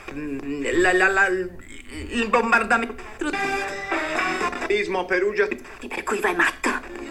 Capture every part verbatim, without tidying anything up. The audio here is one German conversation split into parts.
La, la, la, il bombardamento Perugia. per cui vai matto.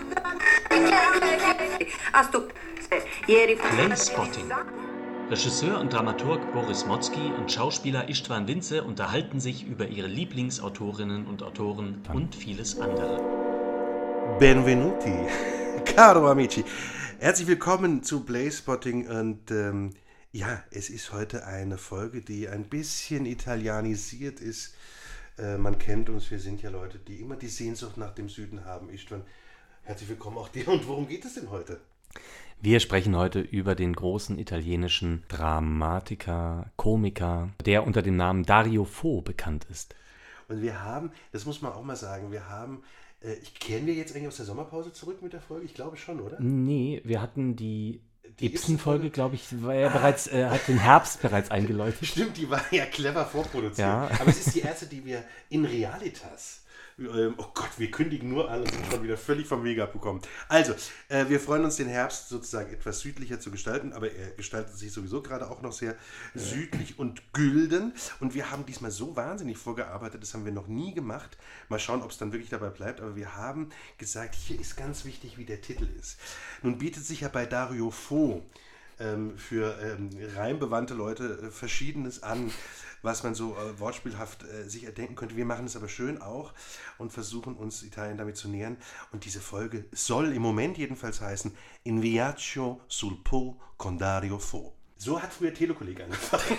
A sto ieri Playspotting. Regisseur und Dramaturg Boris Motzki und Schauspieler Istvan Vince unterhalten sich über ihre Lieblingsautorinnen und Autoren und vieles andere. Benvenuti, caro amici. Herzlich willkommen zu Playspotting und ähm, ja, es ist heute eine Folge, die ein bisschen italienisiert ist. Äh, man kennt uns, wir sind ja Leute, die immer die Sehnsucht nach dem Süden haben. Istvan, herzlich willkommen auch dir. Und worum geht es denn heute? Wir sprechen heute über den großen italienischen Dramatiker, Komiker, der unter dem Namen Dario Fo bekannt ist. Und wir haben, das muss man auch mal sagen, wir haben, äh, kehren wir jetzt eigentlich aus der Sommerpause zurück mit der Folge? Ich glaube schon, oder? Nee, wir hatten die, Die Ibsen-Folge, glaube ich, war ja bereits, äh, hat den Herbst bereits eingeläutet. Stimmt, die war ja clever vorproduziert. Ja. Aber es ist die erste, die wir in Realitas, ähm, oh Gott, wir kündigen nur an und sind schon wieder völlig vom Weg abgekommen. Also, äh, wir freuen uns, den Herbst sozusagen etwas südlicher zu gestalten, aber er gestaltet sich sowieso gerade auch noch sehr ja. südlich und gülden. Und wir haben diesmal so wahnsinnig vorgearbeitet, das haben wir noch nie gemacht. Mal schauen, ob es dann wirklich dabei bleibt, aber wir haben gesagt, hier ist ganz wichtig, wie der Titel ist. Nun bietet sich ja bei Dario Fo ähm, für ähm, reimbewandte Leute äh, Verschiedenes an, was man so äh, wortspielhaft äh, sich erdenken könnte. Wir machen es aber schön auch und versuchen uns Italien damit zu nähern. Und diese Folge soll im Moment jedenfalls heißen In Viaggio sul Po con Dario Fo. So hat früher Telekolleg angefangen.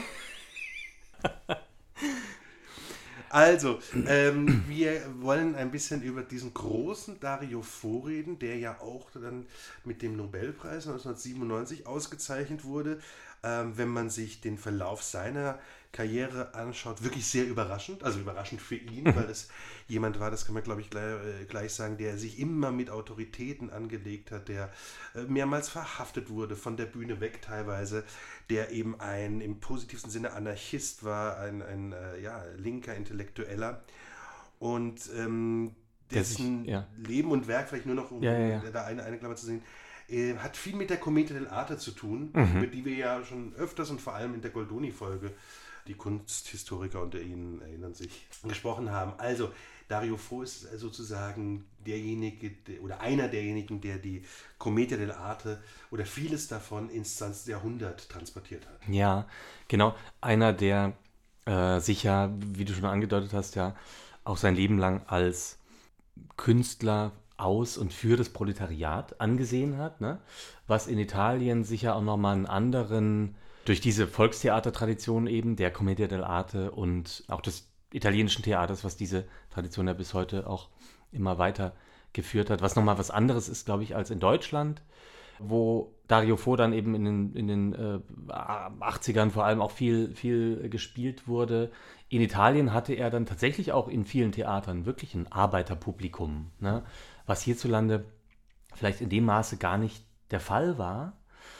Also, ähm, wir wollen ein bisschen über diesen großen Dario Fo reden, der ja auch dann mit dem Nobelpreis neunzehnhundertsiebenundneunzig ausgezeichnet wurde. Ähm, wenn man sich den Verlauf seiner Karriere anschaut, wirklich sehr überraschend, also überraschend für ihn, weil es jemand war, das kann man glaube ich gleich, äh, gleich sagen, der sich immer mit Autoritäten angelegt hat, der äh, mehrmals verhaftet wurde, von der Bühne weg teilweise, der eben ein im positivsten Sinne Anarchist war, ein, ein äh, ja, linker Intellektueller und ähm, dessen ich, ja. Leben und Werk, vielleicht nur noch, um ja, ja, ja. da eine, eine Klammer zu sehen, äh, hat viel mit der Commedia dell'arte zu tun, mhm. über die wir ja schon öfters und vor allem in der Goldoni-Folge, die Kunsthistoriker unter Ihnen erinnern sich, gesprochen haben. Also, Dario Fo ist sozusagen derjenige, der, oder einer derjenigen, der die Commedia dell'arte oder vieles davon ins zwanzigsten Jahrhundert transportiert hat. Ja, genau. Einer, der äh, sich ja, wie du schon angedeutet hast, ja auch sein Leben lang als Künstler aus und für das Proletariat angesehen hat, ne? Was in Italien sicher auch nochmal einen anderen, durch diese Volkstheatertradition eben, der Commedia dell'arte und auch des italienischen Theaters, was diese Tradition ja bis heute auch immer weiter geführt hat, was nochmal was anderes ist, glaube ich, als in Deutschland, wo Dario Fo dann eben in den, in den äh, achtzigern vor allem auch viel, viel gespielt wurde. In Italien hatte er dann tatsächlich auch in vielen Theatern wirklich ein Arbeiterpublikum, ne? Was hierzulande vielleicht in dem Maße gar nicht der Fall war.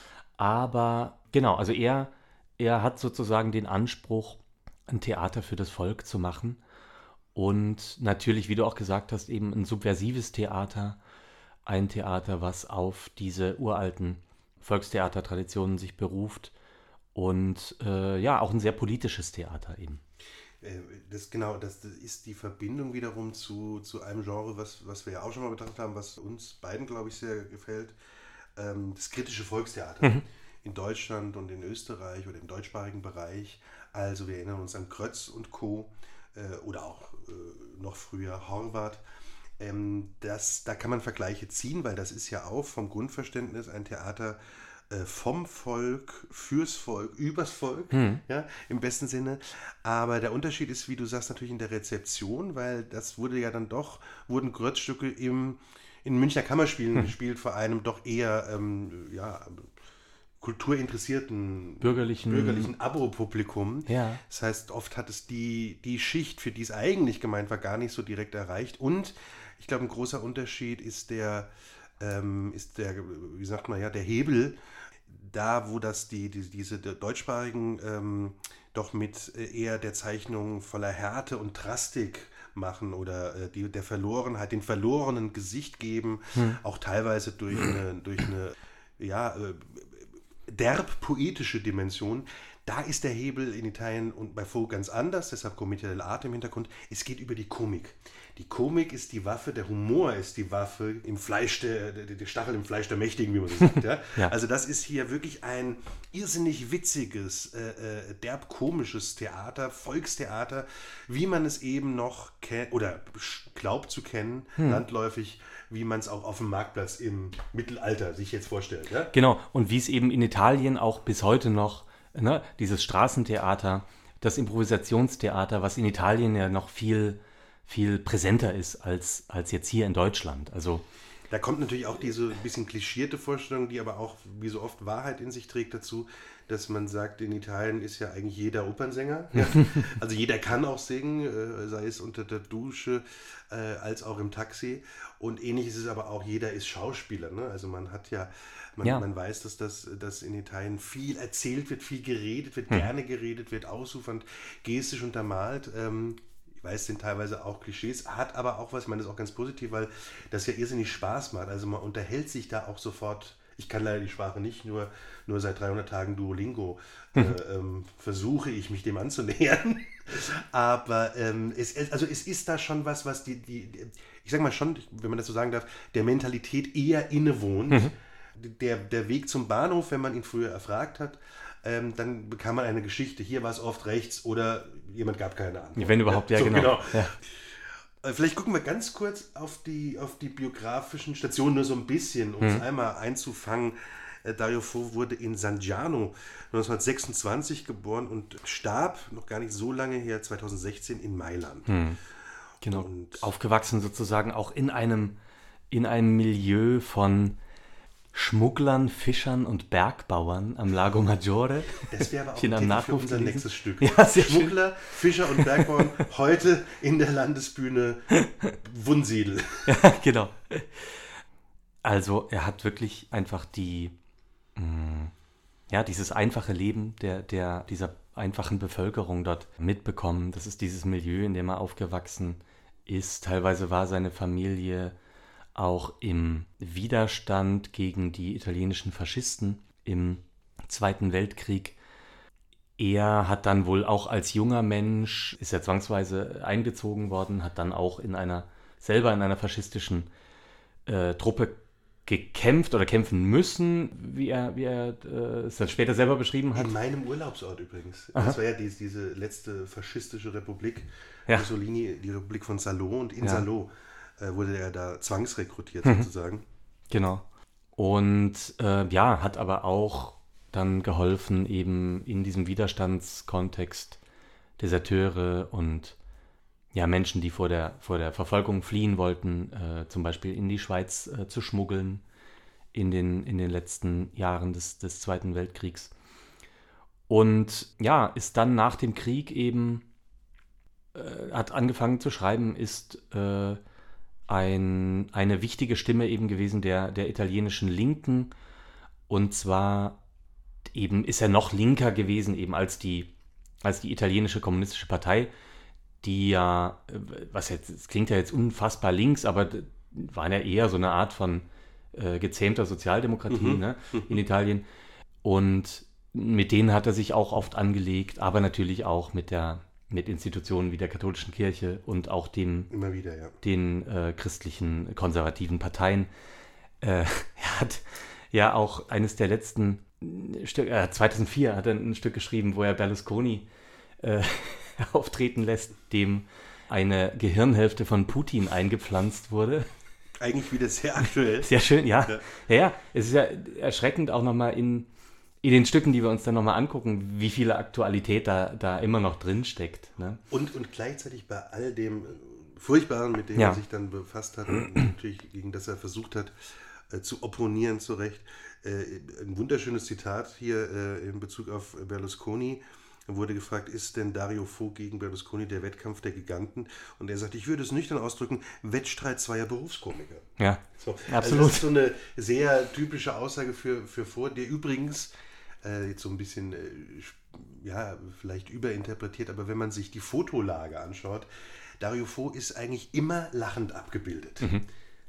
Aber genau, also er, er hat sozusagen den Anspruch, ein Theater für das Volk zu machen. Und natürlich, wie du auch gesagt hast, eben ein subversives Theater, ein Theater, was auf diese uralten Volkstheatertraditionen sich beruft und äh, ja, auch ein sehr politisches Theater eben. Das, genau, das, das ist die Verbindung wiederum zu, zu einem Genre, was, was wir ja auch schon mal betrachtet haben, was uns beiden, glaube ich, sehr gefällt, ähm, das kritische Volkstheater. Mhm. In Deutschland und in Österreich oder im deutschsprachigen Bereich. Also wir erinnern uns an Krötz und Co. Äh, oder auch äh, noch früher Horvath. Ähm, das, da kann man Vergleiche ziehen, weil das ist ja auch vom Grundverständnis ein Theater äh, vom Volk, fürs Volk, übers Volk, hm. ja, im besten Sinne. Aber der Unterschied ist, wie du sagst, natürlich in der Rezeption, weil das wurde ja dann doch, wurden Krötz-Stücke im, in Münchner Kammerspielen hm. gespielt, vor einem doch eher, ähm, ja, kulturinteressierten, bürgerlichen, bürgerlichen Abo-Publikum. Ja. Das heißt, oft hat es die, die Schicht, für die es eigentlich gemeint war, gar nicht so direkt erreicht. Und ich glaube, ein großer Unterschied ist der, ähm, ist der, wie sagt man ja, der Hebel, da wo das die, die diese deutschsprachigen ähm, doch mit eher der Zeichnung voller Härte und Drastik machen oder äh, die, der Verlorenheit, den verlorenen Gesicht geben, hm. auch teilweise durch eine, durch eine ja, äh, derb poetische Dimension, Da ist der Hebel in Italien und bei Fo ganz anders, deshalb Commedia dell'arte im Hintergrund. Es geht über die Komik. Die Komik ist die Waffe, der Humor ist die Waffe im Fleisch der, der, der Stachel im Fleisch der Mächtigen, wie man so sagt. Ja? Ja. Also das ist hier wirklich ein irrsinnig witziges, äh, äh, derb komisches Theater, Volkstheater, wie man es eben noch kennt oder glaubt zu kennen, hm. landläufig, wie man es auch auf dem Marktplatz im Mittelalter sich jetzt vorstellt. Ja? Genau, und wie es eben in Italien auch bis heute noch, ne, dieses Straßentheater, das Improvisationstheater, was in Italien ja noch viel viel präsenter ist als, als jetzt hier in Deutschland. Also da kommt natürlich auch diese bisschen klischierte Vorstellung, die aber auch wie so oft Wahrheit in sich trägt dazu, dass man sagt, in Italien ist ja eigentlich jeder Opernsänger. Ja? Also jeder kann auch singen, äh, sei es unter der Dusche äh, als auch im Taxi. Und ähnlich ist es aber auch, jeder ist Schauspieler. Ne? Also man hat ja, man, ja. man weiß, dass, das, dass in Italien viel erzählt wird, viel geredet wird, hm. gerne geredet wird, ausufernd, gestisch untermalt. Ähm, Ich weiß, sind teilweise auch Klischees, hat aber auch was, ich meine, das ist auch ganz positiv, weil das ja irrsinnig Spaß macht. Also man unterhält sich da auch sofort. Ich kann leider die Sprache nicht, nur, nur seit dreihundert Tagen Duolingo äh, ähm, versuche ich mich dem anzunähern. Aber ähm, es, also es ist da schon was, was die, die, ich sag mal schon, wenn man das so sagen darf, der Mentalität eher innewohnt. Mhm. Der, der Weg zum Bahnhof, wenn man ihn früher erfragt hat, Ähm, dann bekam man eine Geschichte. Hier war es oft rechts oder jemand gab keine Antwort. Wenn überhaupt, ja, so, genau. genau. Ja. Äh, vielleicht gucken wir ganz kurz auf die, auf die biografischen Stationen, nur so ein bisschen, um es hm. einmal einzufangen. Äh, Dario Fo wurde in San Giano neunzehnhundertsechsundzwanzig geboren und starb, noch gar nicht so lange her, zweitausendsechzehn in Mailand. Hm. Genau, und aufgewachsen sozusagen auch in einem, in einem Milieu von Schmugglern, Fischern und Bergbauern am Lago Maggiore. Das wäre aber auch ein Titel für unser gelesen. nächstes Stück. Ja, sehr Schmuggler, schön. Fischer und Bergbauern, heute in der Landesbühne Wunsiedel. Ja, genau. Also er hat wirklich einfach die, mh, ja, dieses einfache Leben der, der, dieser einfachen Bevölkerung dort mitbekommen. Das ist dieses Milieu, in dem er aufgewachsen ist. Teilweise war seine Familie auch im Widerstand gegen die italienischen Faschisten im Zweiten Weltkrieg. Er hat dann wohl auch als junger Mensch, ist er zwangsweise eingezogen worden, hat dann auch in einer, selber in einer faschistischen äh, Truppe gekämpft oder kämpfen müssen, wie er, wie er äh, es dann später selber beschrieben hat. In meinem Urlaubsort übrigens. Aha. Das war ja die, diese letzte faschistische Republik, ja. Mussolini, die Republik von Salò, und in ja. Salò wurde er da zwangsrekrutiert mhm. sozusagen. Genau. Und äh, ja, hat aber auch dann geholfen, eben in diesem Widerstandskontext Deserteure und ja, Menschen, die vor der, vor der Verfolgung fliehen wollten, äh, zum Beispiel in die Schweiz äh, zu schmuggeln in den, in den letzten Jahren des, des Zweiten Weltkriegs. Und ja, ist dann nach dem Krieg eben, äh, hat angefangen zu schreiben, ist äh, Ein, eine wichtige Stimme eben gewesen der, der italienischen Linken, und zwar eben ist er noch linker gewesen eben als die, als die italienische kommunistische Partei, die ja, was jetzt, es klingt ja jetzt unfassbar links, aber waren ja eher so eine Art von äh, gezähmter Sozialdemokratie mhm. ne, in Italien, und mit denen hat er sich auch oft angelegt, aber natürlich auch mit der mit Institutionen wie der katholischen Kirche und auch den, Immer wieder, ja. den äh, christlichen konservativen Parteien. Äh, er hat ja auch eines der letzten Stücke, äh, zweitausendvier hat er ein Stück geschrieben, wo er Berlusconi äh, auftreten lässt, dem eine Gehirnhälfte von Putin eingepflanzt wurde. Eigentlich wieder sehr aktuell. Sehr schön, ja. Ja, ja, ja. Es ist ja erschreckend auch nochmal in In den Stücken, die wir uns dann nochmal angucken, wie viel Aktualität da, da immer noch drin steckt. Ne? Und, und gleichzeitig bei all dem Furchtbaren, mit dem ja. er sich dann befasst hat, und natürlich gegen das er versucht hat äh, zu opponieren, zu Recht. Äh, ein wunderschönes Zitat hier äh, in Bezug auf Berlusconi. Er wurde gefragt, ist denn Dario Fo gegen Berlusconi der Wettkampf der Giganten? Und er sagt, ich würde es nüchtern ausdrücken, Wettstreit zweier Berufskomiker. Ja, so, absolut. Also das ist so eine sehr typische Aussage für, für Fo, der übrigens äh, jetzt so ein bisschen, äh, ja, vielleicht überinterpretiert, aber wenn man sich die Fotolage anschaut, Dario Fo ist eigentlich immer lachend abgebildet. Mhm.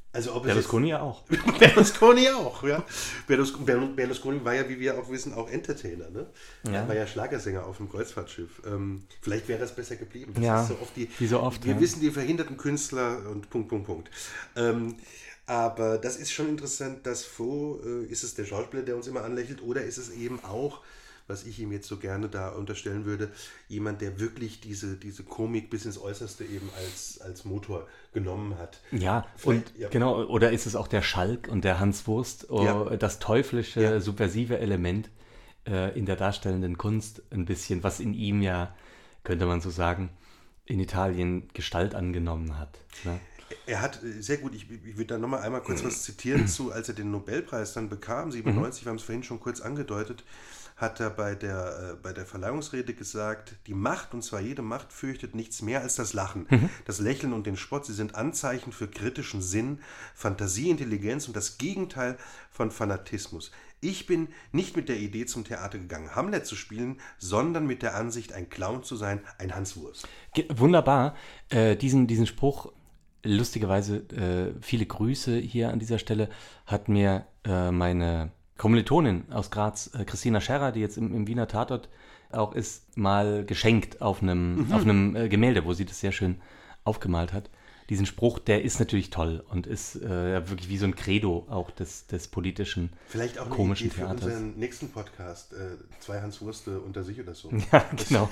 Also ob es Berlusconi ja auch. Berlusconi auch, ja. Berlus- Berlus- Berlusconi war ja, wie wir auch wissen, auch Entertainer, ne? Ja. Er war ja Schlagersänger auf dem Kreuzfahrtschiff. Ähm, vielleicht wäre es besser geblieben. Das Ja, ist so oft die, wie so oft, Wir ja. wissen, die verhinderten Künstler und Punkt, Punkt, Punkt. Ähm, aber das ist schon interessant, dass Faux, äh, ist es der Schauspieler, der uns immer anlächelt, oder ist es eben auch, was ich ihm jetzt so gerne da unterstellen würde, jemand, der wirklich diese, diese Komik bis ins Äußerste eben als, als Motor genommen hat. Ja, Vielleicht- und ja. genau, oder ist es auch der Schalk und der Hans Wurst, oh, Ja. das teuflische, Ja. subversive Element äh, in der darstellenden Kunst ein bisschen, was in ihm ja, könnte man so sagen, in Italien Gestalt angenommen hat. Ne? Er hat, äh, sehr gut, ich, ich würde da nochmal einmal kurz was zitieren zu, als er den Nobelpreis dann bekam, siebenundneunzig, wir haben es vorhin schon kurz angedeutet, hat er bei der, äh, bei der Verleihungsrede gesagt, die Macht, und zwar jede Macht, fürchtet nichts mehr als das Lachen, das Lächeln und den Spott. Sie sind Anzeichen für kritischen Sinn, Fantasie, Intelligenz und das Gegenteil von Fanatismus. Ich bin nicht mit der Idee zum Theater gegangen, Hamlet zu spielen, sondern mit der Ansicht, ein Clown zu sein, ein Hans Wurst. Ge- Wunderbar, äh, diesen, diesen Spruch, lustigerweise äh, viele Grüße hier an dieser Stelle, hat mir äh, meine Kommilitonin aus Graz, äh, Christina Scherrer, die jetzt im, im Wiener Tatort auch ist, mal geschenkt auf einem, Mhm. auf einem äh, Gemälde, wo sie das sehr schön aufgemalt hat. Diesen Spruch, der ist natürlich toll und ist äh, wirklich wie so ein Credo auch des, des politischen, Vielleicht auch eine komischen Idee für Theaters. unseren nächsten Podcast, äh, zwei Hans Wurste unter sich oder so. Ja, genau.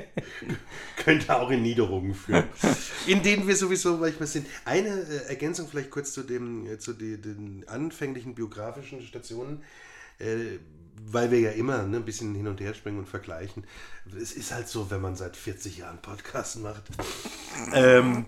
Könnte auch in Niederungen führen, in denen wir sowieso manchmal sind. Eine äh, Ergänzung vielleicht kurz zu, dem, äh, zu die, den anfänglichen biografischen Stationen, äh, weil wir ja immer ne, ein bisschen hin und her springen und vergleichen. Es ist halt so, wenn man seit vierzig Jahren Podcasts macht. ähm,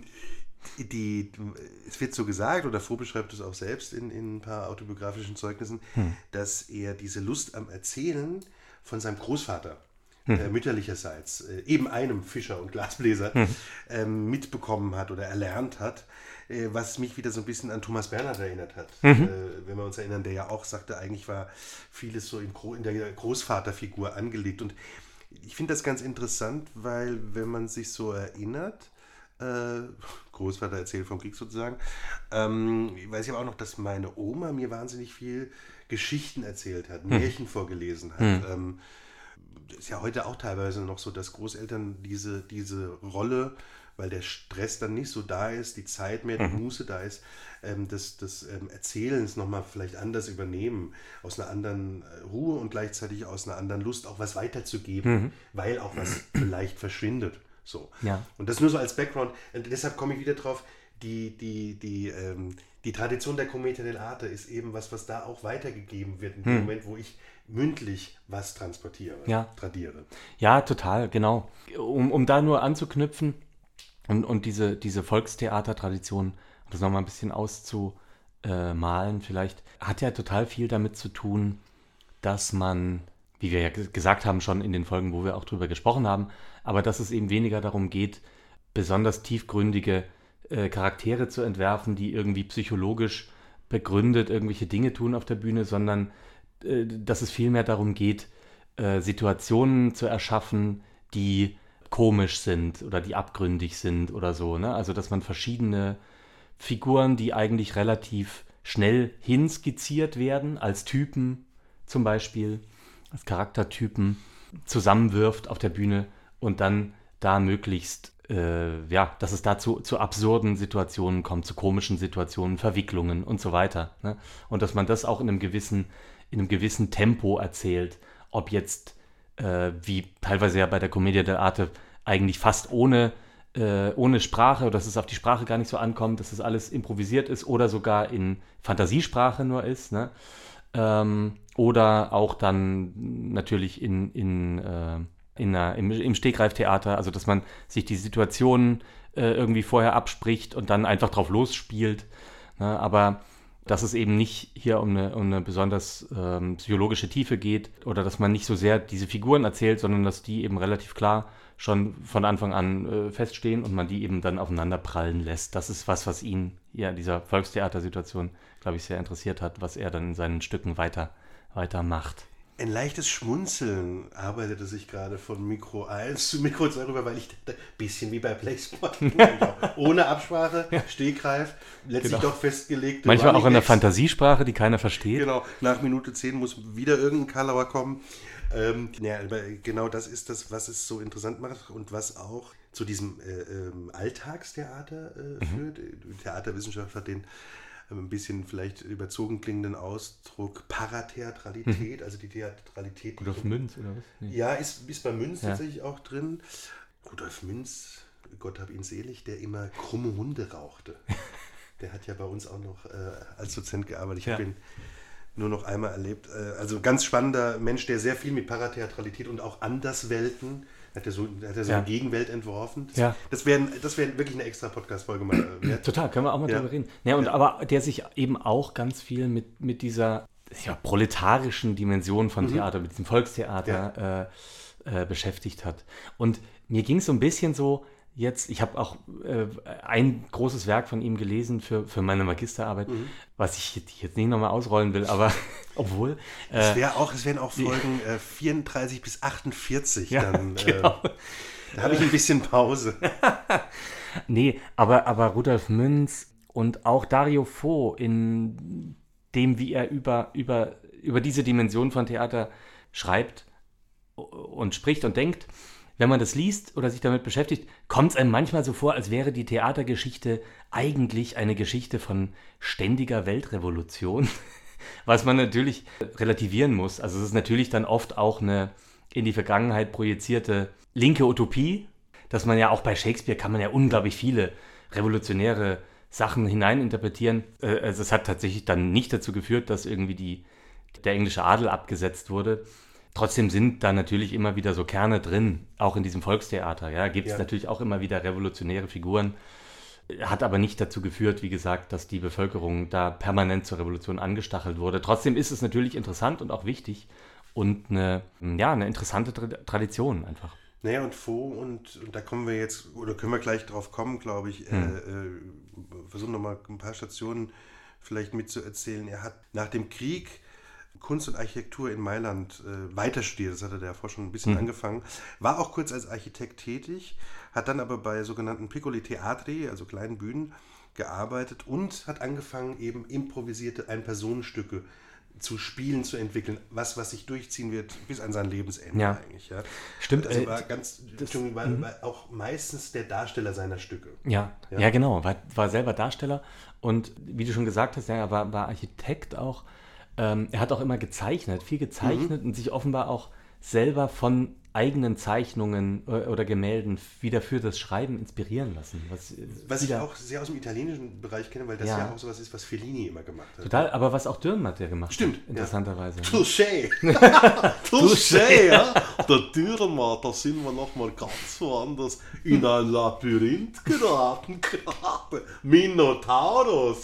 die, es wird so gesagt, oder Faux beschreibt es auch selbst in, in ein paar autobiografischen Zeugnissen, Hm. dass er diese Lust am Erzählen von seinem Großvater, äh, mütterlicherseits, äh, eben einem Fischer und Glasbläser, ähm, mitbekommen hat oder erlernt hat, äh, was mich wieder so ein bisschen an Thomas Bernhard erinnert hat. Äh, wenn wir uns erinnern, der ja auch sagte, eigentlich war vieles so im Gro- in der Großvaterfigur angelegt. Und ich finde das ganz interessant, weil wenn man sich so erinnert, äh, Großvater erzählt vom Krieg sozusagen, ähm, ich weiß aber auch noch, dass meine Oma mir wahnsinnig viel Geschichten erzählt hat, Märchen vorgelesen hat. Ähm, ist ja heute auch teilweise noch so, dass Großeltern diese, diese Rolle, weil der Stress dann nicht so da ist, die Zeit mehr, die Muße da ist, ähm, des, des ähm, Erzählens nochmal vielleicht anders übernehmen, aus einer anderen äh, Ruhe und gleichzeitig aus einer anderen Lust auch was weiterzugeben, weil auch was vielleicht verschwindet. So. Ja. Und das nur so als Background. Und deshalb komme ich wieder drauf, die, die, die, ähm, die Tradition der Commedia dell'arte ist eben was, was da auch weitergegeben wird, in dem Moment, wo ich mündlich was transportiere, Ja. tradiere. Ja, total, genau. Um, um da nur anzuknüpfen und, und diese, diese Volkstheatertradition, um das nochmal ein bisschen auszumalen vielleicht, hat ja total viel damit zu tun, dass man, wie wir ja ge- gesagt haben schon in den Folgen, wo wir auch drüber gesprochen haben, aber dass es eben weniger darum geht, besonders tiefgründige äh, Charaktere zu entwerfen, die irgendwie psychologisch begründet irgendwelche Dinge tun auf der Bühne, sondern äh, dass es vielmehr darum geht, äh, Situationen zu erschaffen, die komisch sind oder die abgründig sind oder so. Ne? Also dass man verschiedene Figuren, die eigentlich relativ schnell hinskizziert werden, als Typen zum Beispiel, als Charaktertypen, zusammenwirft auf der Bühne und dann da möglichst, äh, ja, dass es da zu, zu absurden Situationen kommt, zu komischen Situationen, Verwicklungen und so weiter. Ne? Und dass man das auch in einem gewissen, in einem gewissen Tempo erzählt, ob jetzt, äh, wie teilweise ja bei der Commedia dell'arte, eigentlich fast ohne, äh, ohne Sprache, dass es auf die Sprache gar nicht so ankommt, dass es alles improvisiert ist oder sogar in Fantasiesprache nur ist, ne? Ähm, oder auch dann natürlich in, in, äh, in einer, im, im Stegreiftheater, also dass man sich die Situationen äh, irgendwie vorher abspricht und dann einfach drauf losspielt. Ne? Aber dass es eben nicht hier um eine, um eine besonders ähm, psychologische Tiefe geht oder dass man nicht so sehr diese Figuren erzählt, sondern dass die eben relativ klar schon von Anfang an äh, feststehen und man die eben dann aufeinander prallen lässt. Das ist was, was ihn ja in dieser Volkstheatersituation, glaube ich, sehr interessiert hat, was er dann in seinen Stücken weiter, weiter macht. Ein leichtes Schmunzeln arbeitete sich gerade von Mikro eins zu Mikro zwei rüber, weil ich dachte, bisschen wie bei Playspot. Ohne Absprache, ja. Stegreif, letztlich genau. doch festgelegt. Manchmal auch in der Fantasiesprache, die keiner versteht. Genau, nach Minute zehn muss wieder irgendein Kalauer kommen. Ähm, ja, aber genau das ist das, was es so interessant macht und was auch zu diesem äh, ähm, Alltagstheater äh, mhm. führt. Die Theaterwissenschaft hat den ein bisschen vielleicht überzogen klingenden Ausdruck Paratheatralität, hm. also die Theatralität. Rudolf Münz oder was? Nee. Ja, ist, ist bei Münz ja. tatsächlich auch drin. Rudolf Münz, Gott hab ihn selig, der immer krumme Hunde rauchte. Der hat ja bei uns auch noch äh, als Dozent gearbeitet. Ich ja. habe ihn nur noch einmal erlebt. Äh, also ganz spannender Mensch, der sehr viel mit Paratheatralität und auch Anderswelten Hat er so, hat er so ja. eine Gegenwelt entworfen? Das, ja. das wäre das wär wirklich eine extra Podcast-Folge mal wert. Total, können wir auch mal ja. drüber reden. Ja, und ja. aber der sich eben auch ganz viel mit, mit dieser ja, proletarischen Dimension von mhm. Theater, mit diesem Volkstheater ja. äh, äh, beschäftigt hat. Und mir ging es so ein bisschen so, jetzt, ich habe auch äh, ein großes Werk von ihm gelesen für, für meine Magisterarbeit, mhm. was ich jetzt nicht nochmal ausrollen will, aber obwohl. Äh, es, wär auch, es wären auch Folgen äh, vierunddreißig bis achtundvierzig. Ja, dann, genau. äh, da habe ich ein bisschen Pause. Nee, aber, aber Rudolf Münz und auch Dario Fo in dem, wie er über, über, über diese Dimension von Theater schreibt und spricht und denkt, wenn man das liest oder sich damit beschäftigt, kommt es einem manchmal so vor, als wäre die Theatergeschichte eigentlich eine Geschichte von ständiger Weltrevolution, was man natürlich relativieren muss. Also es ist natürlich dann oft auch eine in die Vergangenheit projizierte linke Utopie, dass man ja auch bei Shakespeare kann man ja unglaublich viele revolutionäre Sachen hineininterpretieren. Also es hat tatsächlich dann nicht dazu geführt, dass irgendwie die, der englische Adel abgesetzt wurde. Trotzdem sind da natürlich immer wieder so Kerne drin, auch in diesem Volkstheater. Ja, gibt es ja. natürlich auch immer wieder revolutionäre Figuren. Hat aber nicht dazu geführt, wie gesagt, dass die Bevölkerung da permanent zur Revolution angestachelt wurde. Trotzdem ist es natürlich interessant und auch wichtig und eine, ja, eine interessante Tra- Tradition einfach. Naja, und Fo, und, und da kommen wir jetzt, oder können wir gleich drauf kommen, glaube ich, hm. äh, äh, versuchen nochmal ein paar Stationen vielleicht mitzuerzählen. Er hat nach dem Krieg Kunst und Architektur in Mailand äh, weiter studiert, das hat er davor schon ein bisschen hm. angefangen, war auch kurz als Architekt tätig, hat dann aber bei sogenannten Piccoli Teatri, also kleinen Bühnen, gearbeitet und hat angefangen, eben improvisierte Ein-Personen-Stücke zu spielen, zu entwickeln, was, was sich durchziehen wird bis an sein Lebensende ja. eigentlich. Ja. Stimmt. Also äh, war ganz, das, war, m- war auch meistens der Darsteller seiner Stücke. Ja, ja, ja genau, war, war selber Darsteller und wie du schon gesagt hast, ja, er war, war Architekt auch. Ähm, er hat auch immer gezeichnet, viel gezeichnet mhm. und sich offenbar auch selber von eigenen Zeichnungen oder Gemälden wieder für das Schreiben inspirieren lassen. Was, was ich auch sehr aus dem italienischen Bereich kenne, weil das ja, ja auch sowas ist, was Fellini immer gemacht hat. Total, aber was auch Dürrenmatt ja gemacht Stimmt, hat, interessanterweise. Ja. Touché! Touché, ja! Der Dürrenmatt, da sind wir nochmal ganz woanders in ein Labyrinth geraten, gerade. Minotaurus,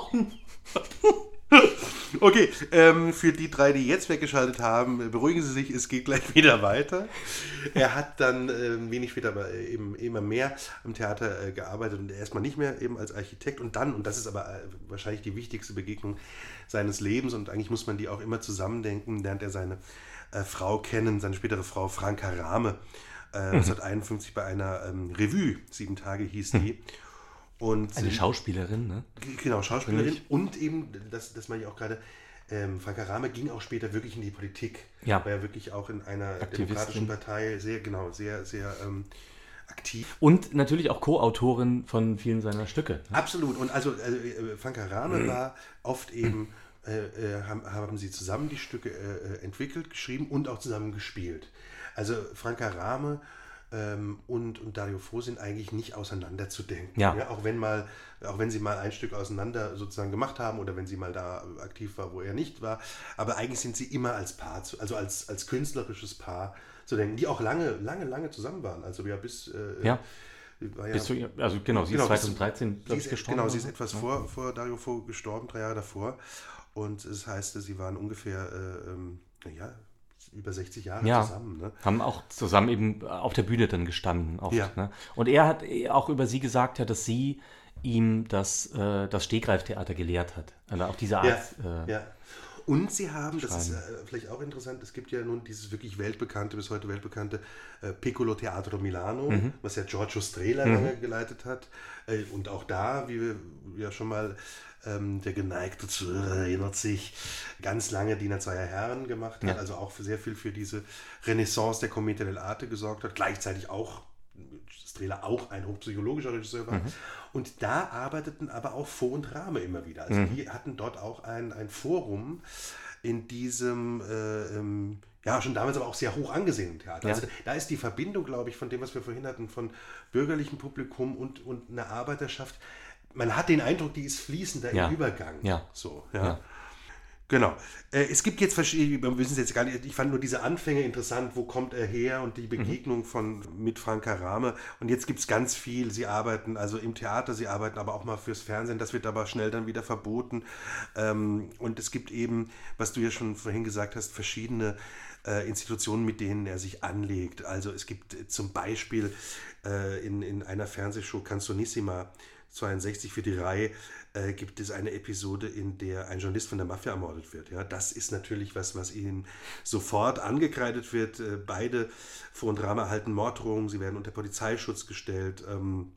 Okay, ähm, für die drei, die jetzt weggeschaltet haben, beruhigen Sie sich, es geht gleich wieder weiter. Er hat dann äh, wenig später aber eben immer mehr am Theater äh, gearbeitet und erstmal nicht mehr eben als Architekt und dann, und das ist aber äh, wahrscheinlich die wichtigste Begegnung seines Lebens und eigentlich muss man die auch immer zusammendenken, lernt er seine äh, Frau kennen, seine spätere Frau Franka Rame, äh, neunzehnhunderteinundfünfzig bei einer ähm, Revue, sieben Tage hieß die. Und eine Schauspielerin, ne? Genau, Schauspielerin. Und eben, das, das meine ich auch gerade, ähm, Franka Rame ging auch später wirklich in die Politik. Ja. War ja wirklich auch in einer demokratischen Partei sehr, genau, sehr, sehr ähm, aktiv. Und natürlich auch Co-Autorin von vielen seiner Stücke. Ne? Absolut. Und also, also äh, Franka Rame mhm. war oft eben, äh, äh, haben, haben sie zusammen die Stücke äh, entwickelt, geschrieben und auch zusammen gespielt. Also Franka Rame Ähm, und, und Dario Fo sind eigentlich nicht auseinanderzudenken. Ja. Ja, auch wenn mal, auch wenn sie mal ein Stück auseinander sozusagen gemacht haben oder wenn sie mal da aktiv war, wo er nicht war. Aber eigentlich sind sie immer als Paar, zu, also als, als künstlerisches Paar zu denken, die auch lange, lange, lange zusammen waren. Also ja bis äh, ja. War ja, Bist du, also genau, sie genau, ist zweitausenddreizehn sie ist, gestorben. Genau, sie ist etwas vor, vor Dario Fo gestorben, drei Jahre davor. Und es heißt, sie waren ungefähr, äh, ähm, naja, über sechzig Jahre ja, zusammen. Ne? Haben auch zusammen eben auf der Bühne dann gestanden. Oft, ja. ne? Und er hat auch über sie gesagt, ja, dass sie ihm das, äh, das Stegreiftheater gelehrt hat. Also auch diese Art. Ja, äh, ja. Und sie haben, das ist Schreiben. äh, vielleicht auch interessant, es gibt ja nun dieses wirklich weltbekannte, bis heute weltbekannte äh, Piccolo Teatro Milano, Mhm. was ja Giorgio Strehler lange geleitet hat. Äh, und auch da, wie wir ja schon mal, ähm, der geneigte Zuhörer erinnert sich, ganz lange Diener zweier Herren gemacht hat, Ja. also auch für sehr viel für diese Renaissance der Commedia dell'arte gesorgt hat, gleichzeitig auch Strehler auch ein hochpsychologischer Regisseur war. Mhm. Und da arbeiteten aber auch Fo und Rame immer wieder. Also Mhm. die hatten dort auch ein, ein Forum in diesem, äh, ähm, ja schon damals aber auch sehr hoch angesehenen Theater. Ja. Also da ist die Verbindung, glaube ich, von dem, was wir vorhin hatten, von bürgerlichem Publikum und, und einer Arbeiterschaft. Man hat den Eindruck, die ist fließender Ja. im Übergang. Ja. So, ja. Ja. Genau. Äh, es gibt jetzt verschiedene, wir wissen es jetzt gar nicht, ich fand nur diese Anfänge interessant, wo kommt er her und die Begegnung von mit Franka Rame. Und jetzt gibt es ganz viel. Sie arbeiten also im Theater, sie arbeiten aber auch mal fürs Fernsehen, das wird aber schnell dann wieder verboten. Ähm, und es gibt eben, was du ja schon vorhin gesagt hast, verschiedene äh, Institutionen, mit denen er sich anlegt. Also es gibt äh, zum Beispiel äh, in, in einer Fernsehshow Canzonissima zweiundsechzig für die Reihe äh, gibt es eine Episode, in der ein Journalist von der Mafia ermordet wird. Ja, das ist natürlich was, was ihnen sofort angekreidet wird. Äh, beide Fo und Rame erhalten Morddrohungen, sie werden unter Polizeischutz gestellt. Ähm,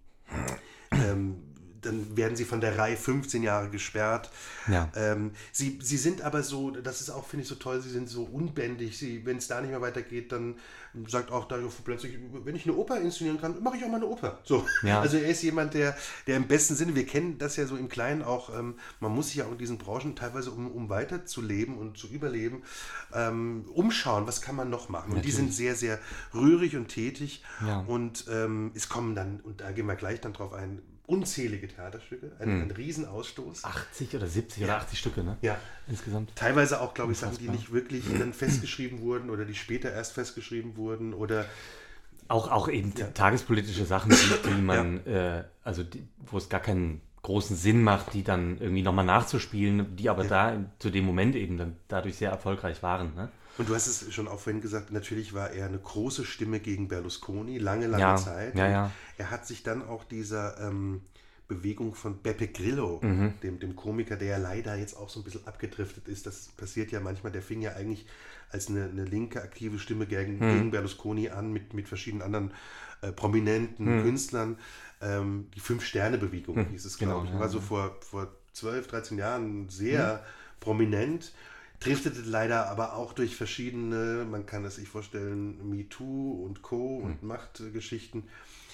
ähm, dann werden sie von der Reihe fünfzehn Jahre gesperrt. Ja. Ähm, sie, sie sind aber so, das ist auch, finde ich, so toll, sie sind so unbändig. Sie, wenn es da nicht mehr weitergeht, dann sagt auch Dario Fo plötzlich, wenn ich eine Oper inszenieren kann, mache ich auch mal eine Oper. So. Ja. Also er ist jemand, der, der im besten Sinne, wir kennen das ja so im Kleinen auch, ähm, man muss sich ja auch in diesen Branchen teilweise, um, um weiterzuleben und zu überleben, ähm, umschauen, was kann man noch machen. Und die Natürlich. sind sehr, sehr rührig und tätig. Ja. Und ähm, es kommen dann, und da gehen wir gleich dann drauf ein, unzählige Theaterstücke, ein, Hm. ein Riesenausstoß. achtzig oder siebzig oder achtzig Stücke, ne? Ja. Insgesamt. Teilweise auch, glaube ich, Sachen, die Unfassbar. nicht wirklich dann festgeschrieben wurden oder die später erst festgeschrieben wurden oder Auch, auch eben Ja. tagespolitische Sachen, die, die man, äh, also die, wo es gar keinen großen Sinn macht, die dann irgendwie nochmal nachzuspielen, die aber Ja. da in- zu dem Moment eben dann dadurch sehr erfolgreich waren. Ne? und du hast es schon auch vorhin gesagt, natürlich war er eine große Stimme gegen Berlusconi, lange, lange Ja, Zeit. ja, Und ja. er hat sich dann auch dieser ähm, Bewegung von Beppe Grillo, Mhm. dem, dem Komiker, der ja leider jetzt auch so ein bisschen abgedriftet ist, das passiert ja manchmal, der fing ja eigentlich als eine, eine linke, aktive Stimme gegen, Mhm. gegen Berlusconi an, mit, mit verschiedenen anderen äh, prominenten Mhm. Künstlern. Ähm, die Fünf-Sterne-Bewegung Mhm, hieß es, genau, glaube ich. ja, War so ja. vor, vor zwölf, dreizehn Jahren sehr prominent. Driftete leider aber auch durch verschiedene, man kann es sich vorstellen, MeToo und Co. und Machtgeschichten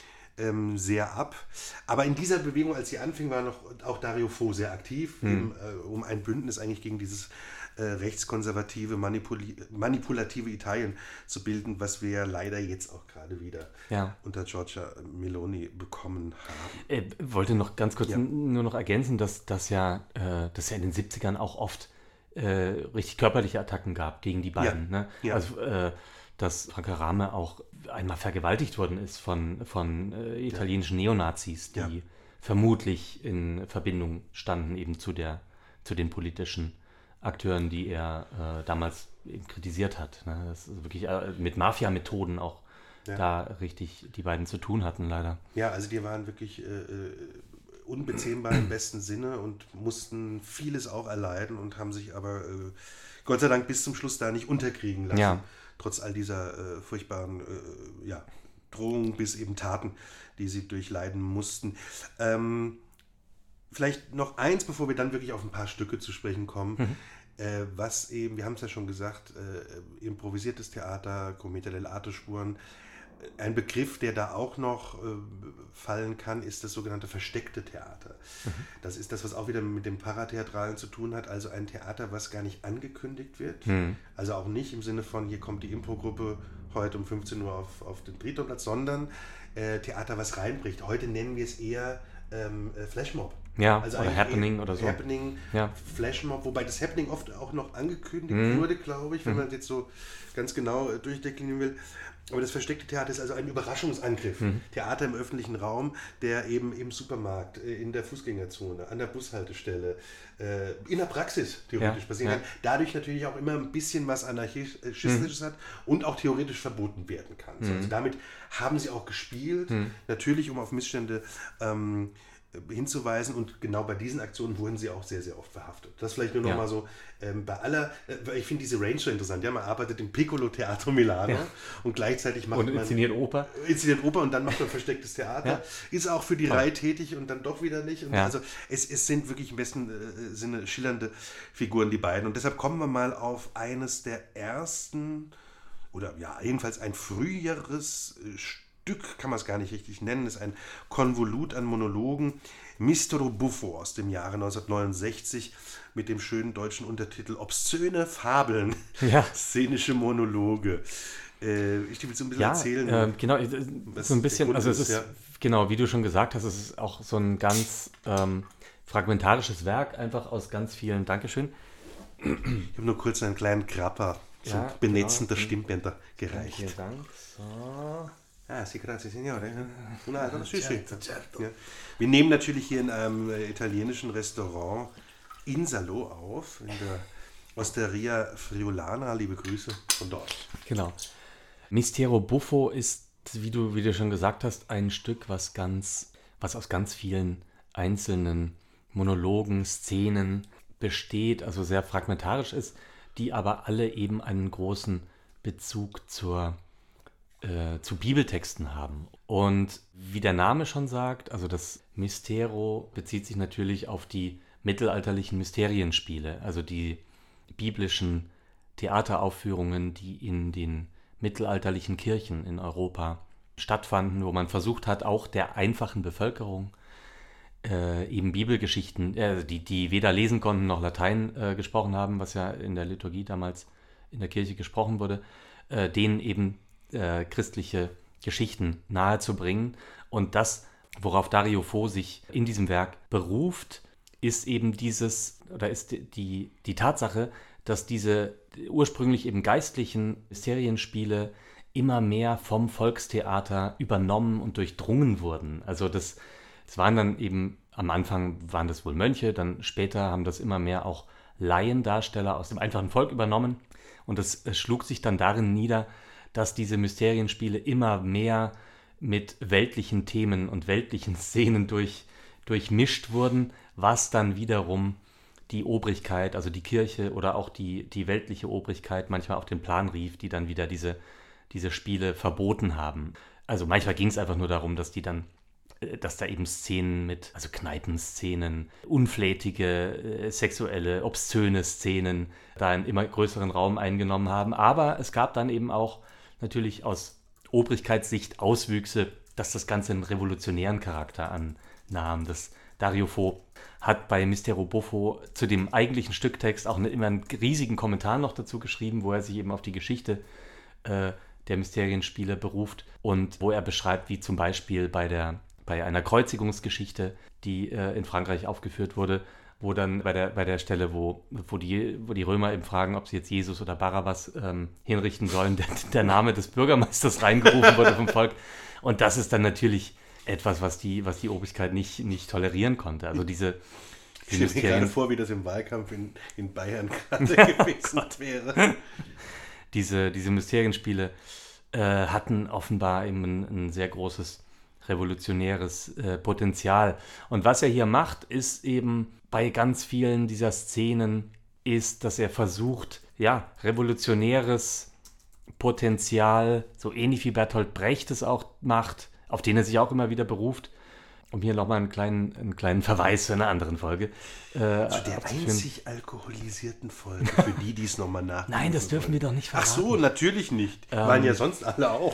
ähm, sehr ab. Aber in dieser Bewegung, als sie anfing, war noch auch Dario Fo sehr aktiv, eben, äh, um ein Bündnis eigentlich gegen dieses äh, rechtskonservative, manipuli manipulative Italien zu bilden, was wir ja leider jetzt auch gerade wieder Ja. unter Giorgia Meloni bekommen haben. Äh, wollte noch ganz kurz Ja. n- nur noch ergänzen, dass das ja, äh, dass ja in den siebzigern auch oft äh, richtig körperliche Attacken gab gegen die beiden. Ne? Ja. Also, äh, dass Franka Rame auch einmal vergewaltigt worden ist von, von äh, italienischen Neonazis, die Ja. vermutlich in Verbindung standen eben zu, der, zu den politischen Akteuren, die er äh, damals eben kritisiert hat. Ne? Das ist wirklich äh, mit Mafia-Methoden auch Ja. da richtig die beiden zu tun hatten, leider. Ja, also die waren wirklich äh, äh, unbezähmbar im besten Sinne und mussten vieles auch erleiden und haben sich aber äh, Gott sei Dank bis zum Schluss da nicht unterkriegen lassen. Ja. Trotz all dieser äh, furchtbaren äh, ja, Drohungen bis eben Taten, die sie durchleiden mussten. Ähm, vielleicht noch eins, bevor wir dann wirklich auf ein paar Stücke zu sprechen kommen. Mhm. Äh, was eben, wir haben es ja schon gesagt, äh, improvisiertes Theater, Commedia dell'arte Spuren. Ein Begriff, der da auch noch äh, fallen kann, ist das sogenannte versteckte Theater. Mhm. Das ist das, was auch wieder mit dem Paratheatralen zu tun hat, also ein Theater, was gar nicht angekündigt wird. Mhm. Also auch nicht im Sinne von, hier kommt die Impro-Gruppe heute um fünfzehn Uhr auf, auf den Tritonplatz, sondern äh, Theater, was reinbricht. Heute nennen wir es eher ähm, äh, Flashmob. Ja, Also oder eigentlich Happening eher oder so. Happening, Ja. Flashmob, wobei das Happening oft auch noch angekündigt Mhm. wurde, glaube ich, wenn man es jetzt so ganz genau äh, durchdeklinieren will. Aber das versteckte Theater ist also ein Überraschungsangriff. Mhm. Theater im öffentlichen Raum, der eben im Supermarkt, äh, in der Fußgängerzone, an der Bushaltestelle, äh, in der Praxis theoretisch Ja, passieren ja. kann. Dadurch natürlich auch immer ein bisschen was Anarchistisches hat und auch theoretisch verboten werden kann. So, Mhm. also damit haben sie auch gespielt, Mhm. natürlich um auf Missstände ähm, hinzuweisen, und genau bei diesen Aktionen wurden sie auch sehr, sehr oft verhaftet. Das vielleicht nur noch Ja. mal so, ähm, bei aller, äh, ich finde diese Range so interessant, ja, man arbeitet im Piccolo Teatro Milano Ja. und gleichzeitig macht Und man inszeniert Oper. inszeniert Oper und dann macht man verstecktes Theater, Ja. ist auch für die Toll. Reihe tätig und dann doch wieder nicht. Und Ja. also es, es sind wirklich im besten äh, Sinne schillernde Figuren, die beiden. Und deshalb kommen wir mal auf eines der ersten, oder ja, jedenfalls ein früheres äh, Stück, kann man es gar nicht richtig nennen, ist ein Konvolut an Monologen, Mistero Buffo aus dem Jahre neunzehnhundertneunundsechzig mit dem schönen deutschen Untertitel Obszöne Fabeln, Ja. szenische Monologe. Äh, ich will so ein bisschen Ja, erzählen. äh, genau, äh, was so ein der bisschen, Grund also es ist, ist, ja. genau, wie du schon gesagt hast, es ist auch so ein ganz ähm, fragmentarisches Werk, einfach aus ganz vielen, Dankeschön. Ich habe nur kurz einen kleinen Krapper zum Ja, Benetzen genau. der Stimmbänder gereicht. Vielen Dank. So. Ah, sì, grazie signore. Na, no, sì, sì. Ja. Wir nehmen natürlich hier in einem äh, italienischen Restaurant in Salo auf, in der Osteria Friulana. Liebe Grüße von dort. Genau. Mistero Buffo ist, wie du, wie du schon gesagt hast, ein Stück, was ganz, was aus ganz vielen einzelnen Monologen, Szenen besteht, also sehr fragmentarisch ist, die aber alle eben einen großen Bezug zur, äh, zu Bibeltexten haben. Und wie der Name schon sagt, also das Mistero bezieht sich natürlich auf die mittelalterlichen Mysterienspiele, also die biblischen Theateraufführungen, die in den mittelalterlichen Kirchen in Europa stattfanden, wo man versucht hat, auch der einfachen Bevölkerung äh, eben Bibelgeschichten, äh, die, die weder lesen konnten noch Latein äh, gesprochen haben, was ja in der Liturgie damals in der Kirche gesprochen wurde, äh, denen eben äh, christliche Geschichten nahezubringen. Und das, worauf Dario Fo sich in diesem Werk beruft, ist eben dieses, oder ist die, die Tatsache, dass diese ursprünglich eben geistlichen Mysterienspiele immer mehr vom Volkstheater übernommen und durchdrungen wurden. Also das, das waren dann eben, am Anfang waren das wohl Mönche, dann später haben das immer mehr auch Laiendarsteller aus dem einfachen Volk übernommen. Und das äh, schlug sich dann darin nieder, dass diese Mysterienspiele immer mehr mit weltlichen Themen und weltlichen Szenen durch, durchmischt wurden, was dann wiederum die Obrigkeit, also die Kirche oder auch die, die weltliche Obrigkeit manchmal auf den Plan rief, die dann wieder diese, diese Spiele verboten haben. Also manchmal ging es einfach nur darum, dass die dann, dass da eben Szenen mit, also Kneipenszenen, unflätige, äh, sexuelle, obszöne Szenen da einen immer größeren Raum eingenommen haben. Aber es gab dann eben auch natürlich aus Obrigkeitssicht Auswüchse, dass das Ganze einen revolutionären Charakter annahm. Das Dario Fo hat bei Mistero Buffo zu dem eigentlichen Stücktext auch eine, immer einen riesigen Kommentar noch dazu geschrieben, wo er sich eben auf die Geschichte äh, der Mysterienspiele beruft und wo er beschreibt, wie zum Beispiel bei, der, bei einer Kreuzigungsgeschichte, die äh, in Frankreich aufgeführt wurde, wo dann bei der, bei der Stelle, wo, wo, die, wo die Römer eben fragen, ob sie jetzt Jesus oder Barabbas ähm, hinrichten sollen, der, der Name des Bürgermeisters reingerufen wurde vom Volk. Und das ist dann natürlich etwas, was die, was die Obrigkeit nicht, nicht tolerieren konnte. Also diese, diese Ich stelle mir gerade vor, wie das im Wahlkampf in, in Bayern gerade gewesen wäre. Diese, diese Mysterienspiele äh, hatten offenbar eben ein, ein sehr großes revolutionäres äh, Potenzial. Und was er hier macht, ist eben bei ganz vielen dieser Szenen, ist, dass er versucht, ja, revolutionäres Potenzial, so ähnlich wie Bertolt Brecht es auch macht, auf den er sich auch immer wieder beruft, um hier nochmal einen kleinen, einen kleinen Verweis für eine andere Folge äh, zu der einzig alkoholisierten Folge, für die, die es nochmal nach. Nein, das dürfen wir doch nicht verraten. Ach so, natürlich nicht. Ähm, Waren ja sonst alle auch.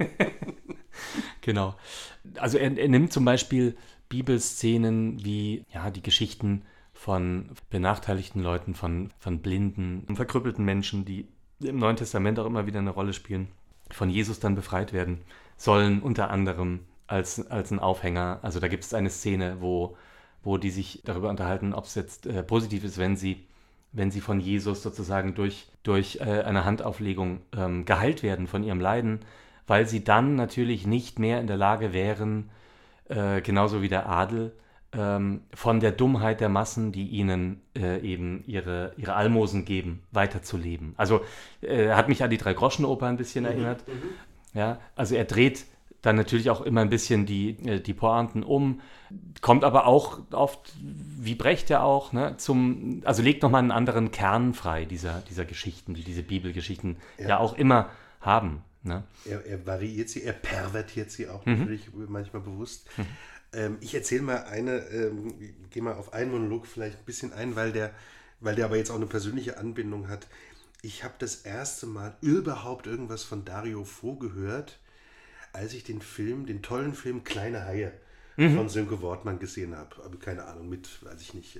Genau. Also er, er nimmt zum Beispiel Bibelszenen wie ja, die Geschichten von benachteiligten Leuten, von, von blinden, verkrüppelten Menschen, die im Neuen Testament auch immer wieder eine Rolle spielen, von Jesus dann befreit werden sollen, unter anderem als, als ein Aufhänger. Also da gibt es eine Szene, wo, wo die sich darüber unterhalten, ob es jetzt äh, positiv ist, wenn sie, wenn sie von Jesus sozusagen durch, durch äh, eine Handauflegung ähm, geheilt werden von ihrem Leiden, weil sie dann natürlich nicht mehr in der Lage wären, äh, genauso wie der Adel, ähm, von der Dummheit der Massen, die ihnen äh, eben ihre, ihre Almosen geben, weiterzuleben. Also äh, hat mich an die Drei-Groschen-Oper ein bisschen Mhm, erinnert. mhm. Ja, also er dreht dann natürlich auch immer ein bisschen die, äh, die Pointen um, kommt aber auch oft, wie Brecht ja auch, ne, zum, also legt nochmal einen anderen Kern frei dieser, dieser Geschichten, die diese Bibelgeschichten ja, ja auch immer haben. Ne? Er, er variiert sie, er pervertiert sie auch mhm. natürlich manchmal bewusst. Mhm. Ähm, ich erzähle mal eine, ähm, gehe mal auf einen Monolog vielleicht ein bisschen ein, weil der, weil der aber jetzt auch eine persönliche Anbindung hat. Ich habe das erste Mal überhaupt irgendwas von Dario Fo gehört, als ich den Film, den tollen Film Kleine Haie mhm. von Sönke Wortmann gesehen habe. Aber keine Ahnung, mit, weiß ich nicht,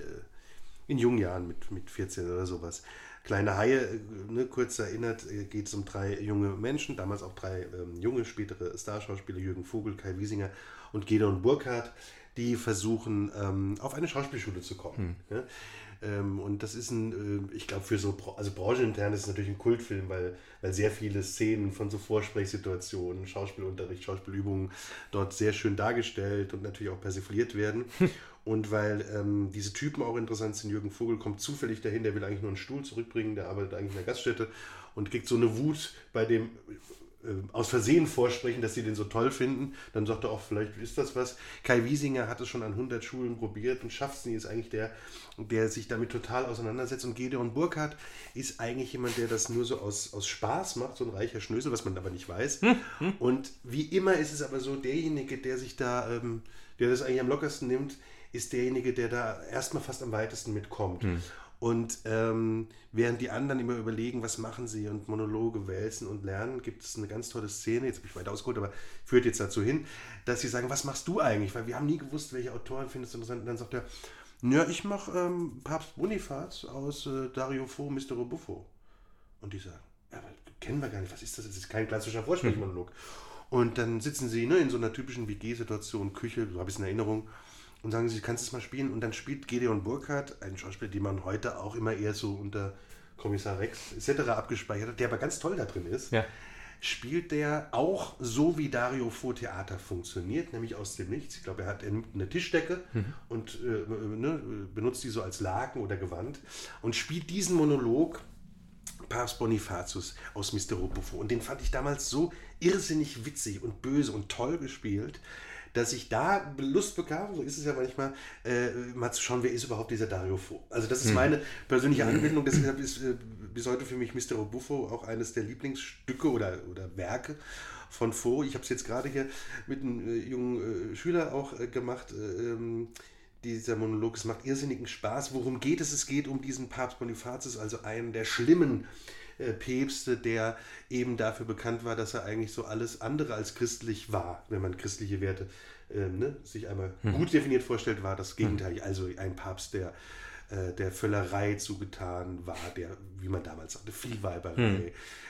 in jungen Jahren, mit, mit vierzehn oder sowas. Kleine Haie, ne, kurz erinnert, geht es um drei junge Menschen, damals auch drei ähm, junge, spätere Starschauspieler, Jürgen Vogel, Kai Wiesinger und Gedeon Burkhardt, die versuchen, ähm, auf eine Schauspielschule zu kommen. Mhm. Ja? Ähm, und das ist ein, äh, ich glaube, für so, also branchenintern ist es natürlich ein Kultfilm, weil, weil sehr viele Szenen von so Vorsprechsituationen, Schauspielunterricht, Schauspielübungen dort sehr schön dargestellt und natürlich auch persifliert werden. Und weil ähm, diese Typen auch interessant sind, Jürgen Vogel kommt zufällig dahin, der will eigentlich nur einen Stuhl zurückbringen, der arbeitet eigentlich in der Gaststätte und kriegt so eine Wut bei dem äh, aus Versehen Vorsprechen, dass sie den so toll finden. Dann sagt er auch, vielleicht ist das was. Kai Wiesinger hat es schon an hundert Schulen probiert und schafft es nie, ist eigentlich der, der sich damit total auseinandersetzt. Und Gedeon Burkhardt ist eigentlich jemand, der das nur so aus, aus Spaß macht, so ein reicher Schnösel, was man aber nicht weiß. Hm, hm. Und wie immer ist es aber so, derjenige, der sich da, ähm, der das eigentlich am lockersten nimmt, ist derjenige, der da erstmal fast am weitesten mitkommt. Hm. Und ähm, während die anderen immer überlegen, was machen sie und Monologe wälzen und lernen, gibt es eine ganz tolle Szene, jetzt habe ich weiter ausgeholt, aber führt jetzt dazu hin, dass sie sagen, was machst du eigentlich? Weil wir haben nie gewusst, welche Autoren findest du interessant. Und dann sagt er, ja, ich mache ähm, Papst Bonifaz aus äh, Dario Fo, Mister Buffo. Und die sagen, ja, aber kennen wir gar nicht, was ist das? Das ist kein klassischer Vorsprechmonolog. Hm. Und dann sitzen sie ne, in so einer typischen W G-Situation, Küche, so habe ich es in Erinnerung, und sagen sie, kannst du es mal spielen? Und dann spielt Gedeon Burkhardt, ein Schauspieler, den man heute auch immer eher so unter Kommissar Rex et cetera abgespeichert hat, der aber ganz toll da drin ist, ja. Spielt der auch so, wie Dario Fo Theater funktioniert, nämlich aus dem Nichts. Ich glaube, er hat eine Tischdecke mhm. und äh, ne, benutzt die so als Laken oder Gewand und spielt diesen Monolog Papst Bonifatius aus Mister Buffo. Und den fand ich damals so irrsinnig witzig und böse und toll gespielt, dass ich da Lust bekam, so ist es ja manchmal, äh, mal zu schauen, wer ist überhaupt dieser Dario Fo. Also das ist hm. meine persönliche Anbindung, deshalb ist äh, bis heute für mich Mister Buffo auch eines der Lieblingsstücke oder, oder Werke von Fo. Ich habe es jetzt gerade hier mit einem äh, jungen äh, Schüler auch äh, gemacht, äh, dieser Monolog, es macht irrsinnigen Spaß. Worum geht es? Es geht um diesen Papst Bonifatius, also einen der schlimmen Päpste, der eben dafür bekannt war, dass er eigentlich so alles andere als christlich war, wenn man christliche Werte äh, ne, sich einmal hm. gut definiert vorstellt, war das Gegenteil. Hm. Also ein Papst, der äh, der Völlerei zugetan war, der, wie man damals sagte, Viehweiberei, hm.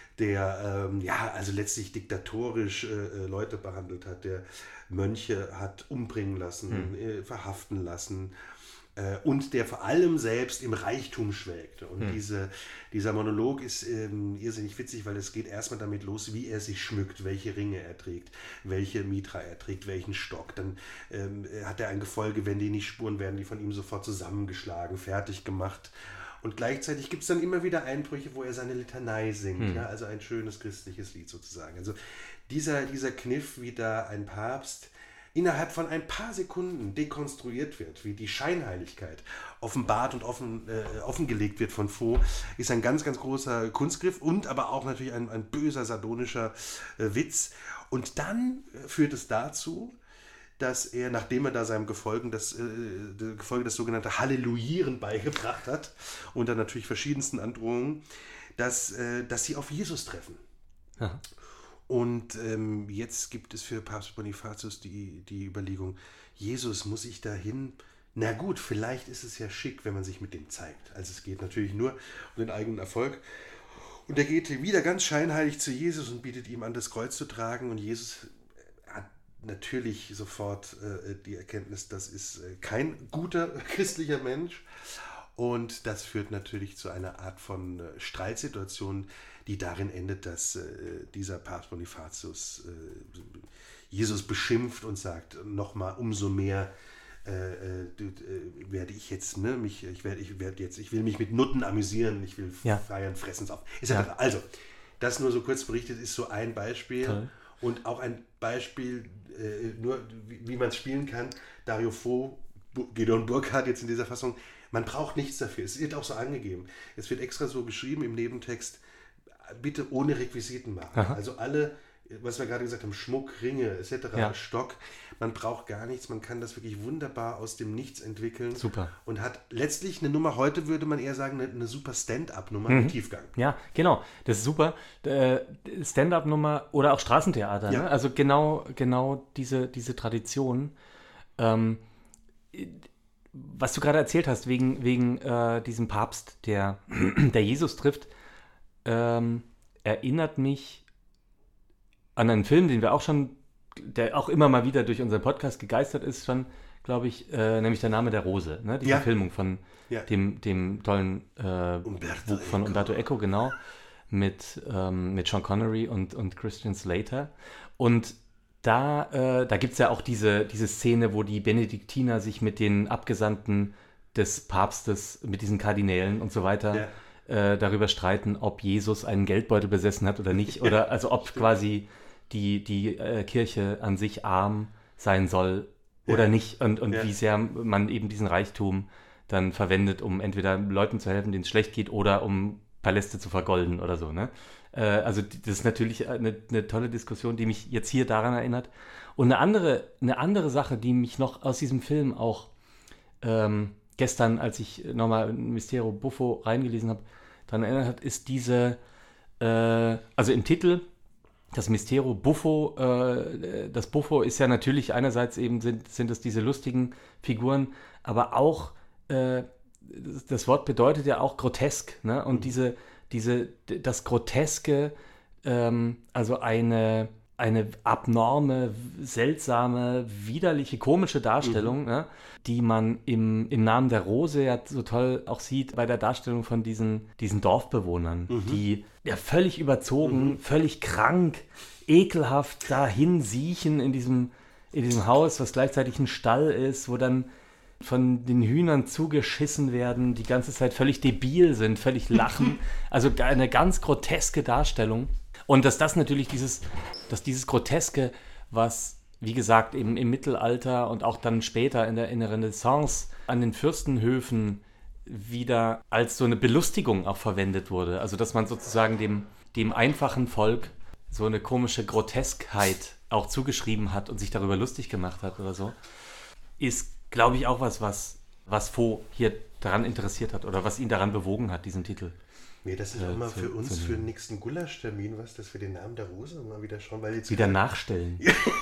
der ähm, ja, also letztlich diktatorisch äh, Leute behandelt hat, der Mönche hat umbringen lassen, hm. äh, verhaften lassen, und der vor allem selbst im Reichtum schwelgte. Und hm. diese, dieser Monolog ist ähm, irrsinnig witzig, weil es geht erstmal damit los, wie er sich schmückt, welche Ringe er trägt, welche Mitra er trägt, welchen Stock. Dann ähm, hat er ein Gefolge, wenn die nicht spuren, werden die von ihm sofort zusammengeschlagen, fertig gemacht. Und gleichzeitig gibt es dann immer wieder Einbrüche, wo er seine Litanei singt. Hm. Ja? Also ein schönes christliches Lied sozusagen. Also dieser, dieser Kniff, wie da ein Papst innerhalb von ein paar Sekunden dekonstruiert wird, wie die Scheinheiligkeit offenbart und offen, äh, offengelegt wird von Fo, ist ein ganz, ganz großer Kunstgriff und aber auch natürlich ein, ein böser, sardonischer äh, Witz. Und dann führt es dazu, dass er, nachdem er da seinem Gefolge das, äh, Gefolge das sogenannte Halleluieren beigebracht hat, unter natürlich verschiedensten Androhungen, dass, äh, dass sie auf Jesus treffen. Aha. Und ähm, jetzt gibt es für Papst Bonifatius die, die Überlegung, Jesus, muss ich dahin? Na gut, vielleicht ist es ja schick, wenn man sich mit dem zeigt. Also es geht natürlich nur um den eigenen Erfolg. Und er geht wieder ganz scheinheilig zu Jesus und bietet ihm an, das Kreuz zu tragen. Und Jesus hat natürlich sofort äh, die Erkenntnis, das ist äh, kein guter christlicher Mensch. Und das führt natürlich zu einer Art von äh, Streitsituation, die darin endet, dass äh, dieser Papst Bonifatius äh, Jesus beschimpft und sagt, nochmal umso mehr äh, äh, werde ich jetzt, ne, mich, ich werde, ich werde jetzt, ich will mich mit Nutten amüsieren, ich will ja. feiern, fressen, auf, et cetera. Ja. Also, das nur so kurz berichtet, ist so ein Beispiel. Toll. Und auch ein Beispiel, äh, nur wie, wie man es spielen kann, Dario Fo, Bu- Gideon Burkhardt jetzt in dieser Fassung, man braucht nichts dafür. Es wird auch so angegeben. Es wird extra so geschrieben im Nebentext, bitte ohne Requisiten machen. Aha. Also alle, was wir gerade gesagt haben, Schmuck, Ringe et cetera, Ja. Stock, man braucht gar nichts, man kann das wirklich wunderbar aus dem Nichts entwickeln. Super. Und hat letztlich eine Nummer, heute würde man eher sagen, eine, eine super Stand-up-Nummer mit Tiefgang. Ja, genau. Das ist super. Äh, Stand-up-Nummer oder auch Straßentheater. Ja. Ne? Also genau, genau diese, diese Tradition. Ähm, was du gerade erzählt hast, wegen, wegen äh, diesem Papst, der, der Jesus trifft, ähm, erinnert mich an einen Film, den wir auch schon, der auch immer mal wieder durch unseren Podcast gegeistert ist, schon, glaube ich, äh, nämlich Der Name der Rose. Ne? Die Ja. Verfilmung von Ja. dem, dem tollen äh, Umberto Buch von Eco. Umberto Eco, genau, mit, ähm, mit Sean Connery und, und Christian Slater. Und da, äh, da gibt es ja auch diese, diese Szene, wo die Benediktiner sich mit den Abgesandten des Papstes, mit diesen Kardinälen und so weiter, äh, darüber streiten, ob Jesus einen Geldbeutel besessen hat oder nicht. Oder also ob quasi die, die äh, Kirche an sich arm sein soll oder Ja. nicht. Und, und Ja. wie sehr man eben diesen Reichtum dann verwendet, um entweder Leuten zu helfen, denen es schlecht geht, oder um Paläste zu vergolden oder so. Ne? Äh, also die- das ist natürlich eine, eine tolle Diskussion, die mich jetzt hier daran erinnert. Und eine andere, eine andere Sache, die mich noch aus diesem Film auch ähm, gestern, als ich nochmal Mistero Buffo reingelesen habe, daran erinnert hat, ist diese, äh, also im Titel, das Mistero Buffo, äh, das Buffo ist ja natürlich einerseits eben, sind, sind es diese lustigen Figuren, aber auch, äh, das, das Wort bedeutet ja auch grotesk, ne? Und diese, diese, das Groteske, ähm, also eine, eine abnorme, seltsame, widerliche, komische Darstellung, ne? Die man im, im Namen der Rose ja so toll auch sieht bei der Darstellung von diesen, diesen Dorfbewohnern, die ja völlig überzogen, völlig krank, ekelhaft dahin siechen in diesem, in diesem Haus, was gleichzeitig ein Stall ist, wo dann von den Hühnern zugeschissen werden, die ganze Zeit völlig debil sind, völlig lachen. Also eine ganz groteske Darstellung. Und dass das natürlich dieses, dass dieses Groteske, was, wie gesagt, eben im Mittelalter und auch dann später in der, in der Renaissance an den Fürstenhöfen wieder als so eine Belustigung auch verwendet wurde. Also dass man sozusagen dem, dem einfachen Volk so eine komische Groteskheit auch zugeschrieben hat und sich darüber lustig gemacht hat oder so, ist, glaube ich, auch was, was, was Fo hier daran interessiert hat oder was ihn daran bewogen hat, diesen Titel. Nee, das ist Äh, auch mal zu- für uns, zu für nehmen. den nächsten Gulasch-Termin was, dass wir den Namen der Rose mal wieder schauen, weil jetzt Wieder nachstellen.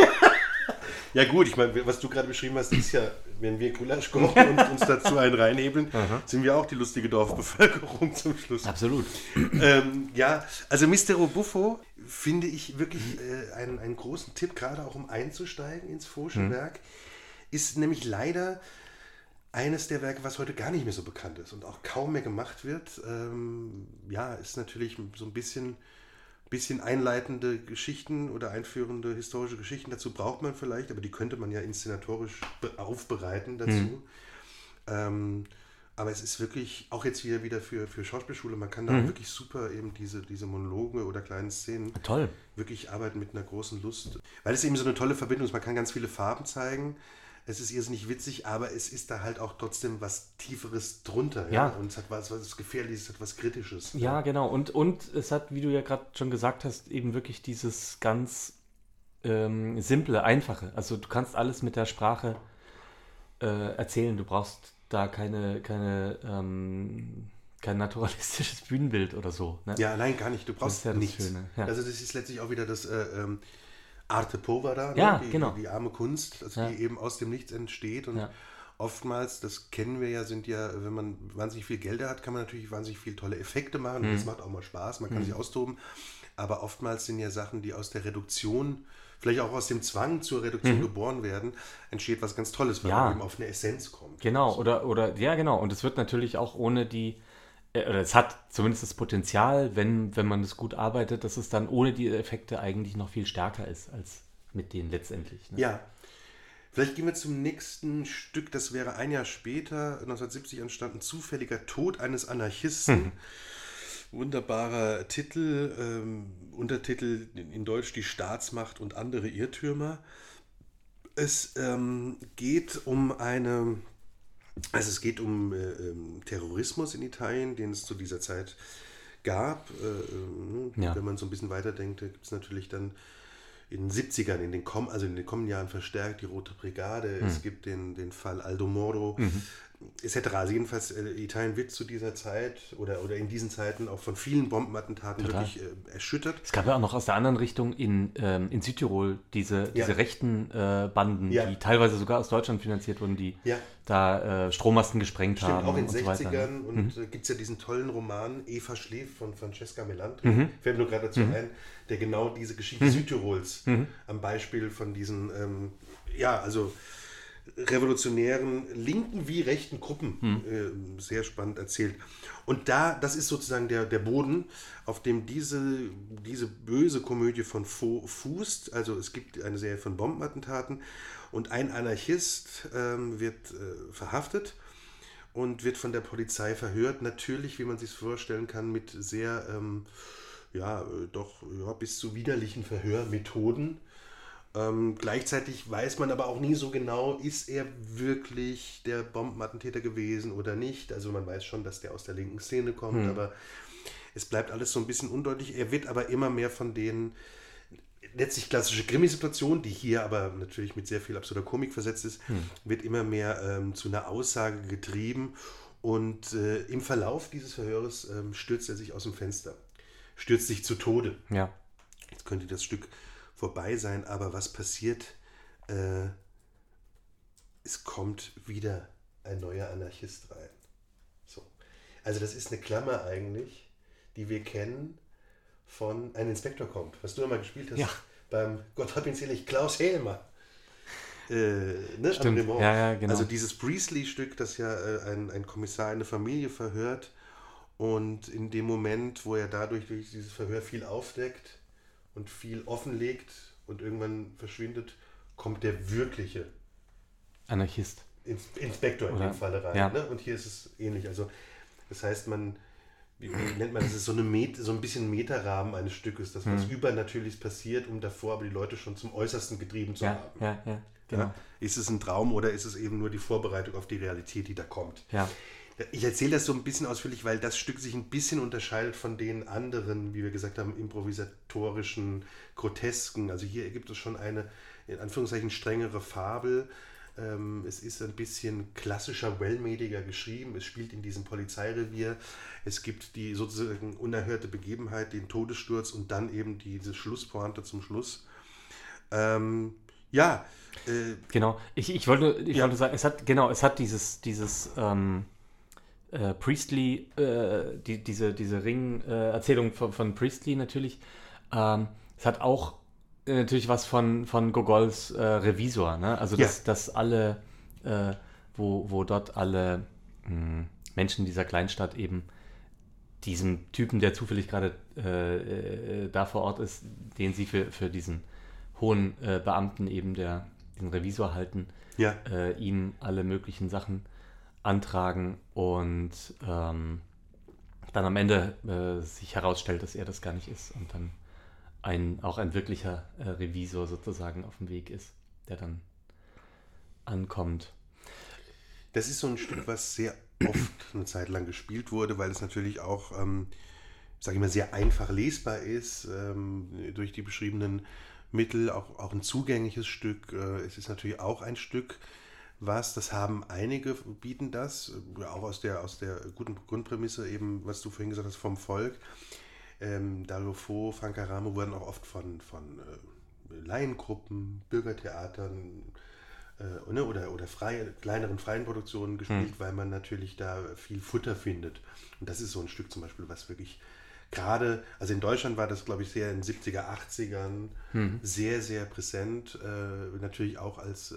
Ja gut, ich meine, was du gerade beschrieben hast, ist ja, wenn wir Gulasch kochen und uns dazu einen reinhebeln, sind wir auch die lustige Dorfbevölkerung zum Schluss. Absolut. ähm, ja, also Mistero Buffo finde ich wirklich äh, einen, einen großen Tipp, gerade auch um einzusteigen ins Fosche Werk, ist nämlich leider eines der Werke, was heute gar nicht mehr so bekannt ist und auch kaum mehr gemacht wird. Ähm, ja, ist natürlich so ein bisschen, bisschen einleitende Geschichten oder einführende historische Geschichten. Dazu braucht man vielleicht, aber die könnte man ja inszenatorisch be- aufbereiten dazu. Ähm, aber es ist wirklich, auch jetzt wieder, wieder für, für Schauspielschule, man kann da auch wirklich super eben diese, diese Monologe oder kleinen Szenen Toll. wirklich arbeiten mit einer großen Lust. Weil es eben so eine tolle Verbindung ist. Man kann ganz viele Farben zeigen. Es ist irrsinnig witzig, aber es ist da halt auch trotzdem was Tieferes drunter. Ja. Und es hat was, was Gefährliches, es hat was Kritisches. Ja, genau. Und, und es hat, wie du ja gerade schon gesagt hast, eben wirklich dieses ganz ähm, simple, einfache. Also du kannst alles mit der Sprache äh, erzählen. Du brauchst da keine, keine, ähm, kein naturalistisches Bühnenbild oder so. Ne? Ja, nein, gar nicht. Du Das brauchst ist ja das nichts. Schöne, ja. Also das ist letztlich auch wieder das äh, ähm, Arte Povera, Ja, ne? die, genau. die, die arme Kunst, also Ja. die eben aus dem Nichts entsteht. Und Ja. oftmals, das kennen wir ja, sind ja, wenn man wahnsinnig viel Gelder hat, kann man natürlich wahnsinnig viel tolle Effekte machen. Mhm. Das macht auch mal Spaß, man kann sich austoben. Aber oftmals sind ja Sachen, die aus der Reduktion, vielleicht auch aus dem Zwang zur Reduktion geboren werden, entsteht was ganz Tolles, weil Mhm. Ja. man eben auf eine Essenz kommt. Genau, oder, oder, ja, genau. Und es wird natürlich auch ohne die, äh, oder es hat zumindest das Potenzial, wenn, wenn man es gut arbeitet, dass es dann ohne die Effekte eigentlich noch viel stärker ist als mit denen letztendlich. Ne? Ja. Vielleicht gehen wir zum nächsten Stück, das wäre ein Jahr später, neunzehnhundertsiebzig entstanden, Zufälliger Tod eines Anarchisten. Wunderbarer Titel, ähm, Untertitel in, in Deutsch Die Staatsmacht und andere Irrtümer. Es ähm, geht um eine, also es geht um äh, ähm, Terrorismus in Italien, den es zu dieser Zeit gab. Äh, äh, Ja. Wenn man so ein bisschen weiterdenkt, da gibt es natürlich dann in den siebzigern, in den komm, also in den kommenden Jahren verstärkt die Rote Brigade. Es gibt den, den Fall Aldo Moro, et cetera. Also jedenfalls, äh, Italien wird zu dieser Zeit oder, oder in diesen Zeiten auch von vielen Bombenattentaten Total. wirklich äh, erschüttert. Es gab ja auch noch aus der anderen Richtung in, ähm, in Südtirol diese, diese Ja. rechten äh, Banden, Ja. die teilweise sogar aus Deutschland finanziert wurden, die Ja. da äh, Strommasten gesprengt Stimmt, haben auch in und den so weiter. sechzigern Ne? und äh, gibt es ja diesen tollen Roman Eva schläft von Francesca Melandri, fällt mir nur gerade dazu ein, der genau diese Geschichte Südtirols am Beispiel von diesen, ähm, ja, also revolutionären linken wie rechten Gruppen äh, sehr spannend erzählt. Und da, das ist sozusagen der, der Boden, auf dem diese, diese böse Komödie von Faux fußt. Also es gibt eine Serie von Bombenattentaten und ein Anarchist ähm, wird äh, verhaftet und wird von der Polizei verhört. Natürlich, wie man sich vorstellen kann, mit sehr, ähm, ja, äh, doch ja, bis zu widerlichen Verhörmethoden. Ähm, gleichzeitig weiß man aber auch nie so genau, ist er wirklich der Bombenattentäter gewesen oder nicht. Also man weiß schon, dass der aus der linken Szene kommt, aber es bleibt alles so ein bisschen undeutlich. Er wird aber immer mehr von den letztlich klassische Krimisituation, die hier aber natürlich mit sehr viel absurder Komik versetzt ist, wird immer mehr ähm, zu einer Aussage getrieben und äh, im Verlauf dieses Verhöres ähm, stürzt er sich aus dem Fenster, stürzt sich zu Tode. Ja. Jetzt könnte das Stück vorbei sein, aber was passiert? Äh, es kommt wieder ein neuer Anarchist rein. So. Also das ist eine Klammer eigentlich, die wir kennen von Ein Inspektor kommt, was du immer gespielt hast, Ja. beim, Gott hab ihn selig, Klaus Helmer. Äh, ne, Stimmt. am Remont. Ja, ja, genau. Also dieses Priestley-Stück, das ja äh, ein, ein Kommissar eine Familie verhört und in dem Moment, wo er dadurch durch dieses Verhör viel aufdeckt und viel offenlegt und irgendwann verschwindet, kommt der wirkliche Anarchist. Ins Inspektor in Oder- dem Falle rein. ja. Ne? Und hier ist es ähnlich. Also das heißt, man, wie, wie nennt man das, ist so, eine Met, so ein bisschen Metarahmen eines Stückes, dass was Übernatürliches passiert, um davor aber die Leute schon zum Äußersten getrieben zu Ja, haben. ja, ja, genau. Ja? Ist es ein Traum oder ist es eben nur die Vorbereitung auf die Realität, die da kommt? Ja. Ich erzähle das so ein bisschen ausführlich, weil das Stück sich ein bisschen unterscheidet von den anderen, wie wir gesagt haben, improvisatorischen, grotesken. Also hier gibt es schon eine, in Anführungszeichen, strengere Fabel. Ähm, es ist ein bisschen klassischer, wellmädiger geschrieben. Es spielt in diesem Polizeirevier. Es gibt die sozusagen unerhörte Begebenheit, den Todessturz und dann eben diese Schlusspointe zum Schluss. Ähm, ja, äh, Genau. Ich, ich, wollte, ich Ja. wollte sagen, es hat, genau, es hat dieses, dieses ähm, äh, Priestley, äh, die, diese, diese Ring-Erzählung äh, von, von Priestley natürlich. Ähm, es hat auch äh, natürlich was von, von Gogols äh, Revisor, ne? Also dass, Ja. dass alle, äh, wo, wo dort alle mh, Menschen dieser Kleinstadt eben diesem Typen, der zufällig gerade äh, äh, da vor Ort ist, den sie für, für diesen hohen äh, Beamten eben, der den Revisor halten, ja. äh, ihm alle möglichen Sachen antragen und ähm, dann am Ende äh, sich herausstellt, dass er das gar nicht ist und dann ein, auch ein wirklicher äh, Revisor sozusagen auf dem Weg ist, der dann ankommt. Das ist so ein Stück, was sehr oft eine Zeit lang gespielt wurde, weil es natürlich auch, ähm, sage ich mal, sehr einfach lesbar ist, ähm, durch die beschriebenen Mittel, auch, auch ein zugängliches Stück. Äh, es ist natürlich auch ein Stück, was, das haben einige, bieten das, äh, auch aus der, aus der guten Grundprämisse eben, was du vorhin gesagt hast, vom Volk. Ähm, Dario Fo, Franca Ramo wurden auch oft von, von äh, Laiengruppen, Bürgertheatern, äh, ne, oder, oder freie, kleineren freien Produktionen gespielt, weil man natürlich da viel Futter findet. Und das ist so ein Stück zum Beispiel, was wirklich gerade, also in Deutschland war das, glaube ich, sehr in den siebziger, achtzigern sehr, sehr präsent. Äh, natürlich auch als, äh,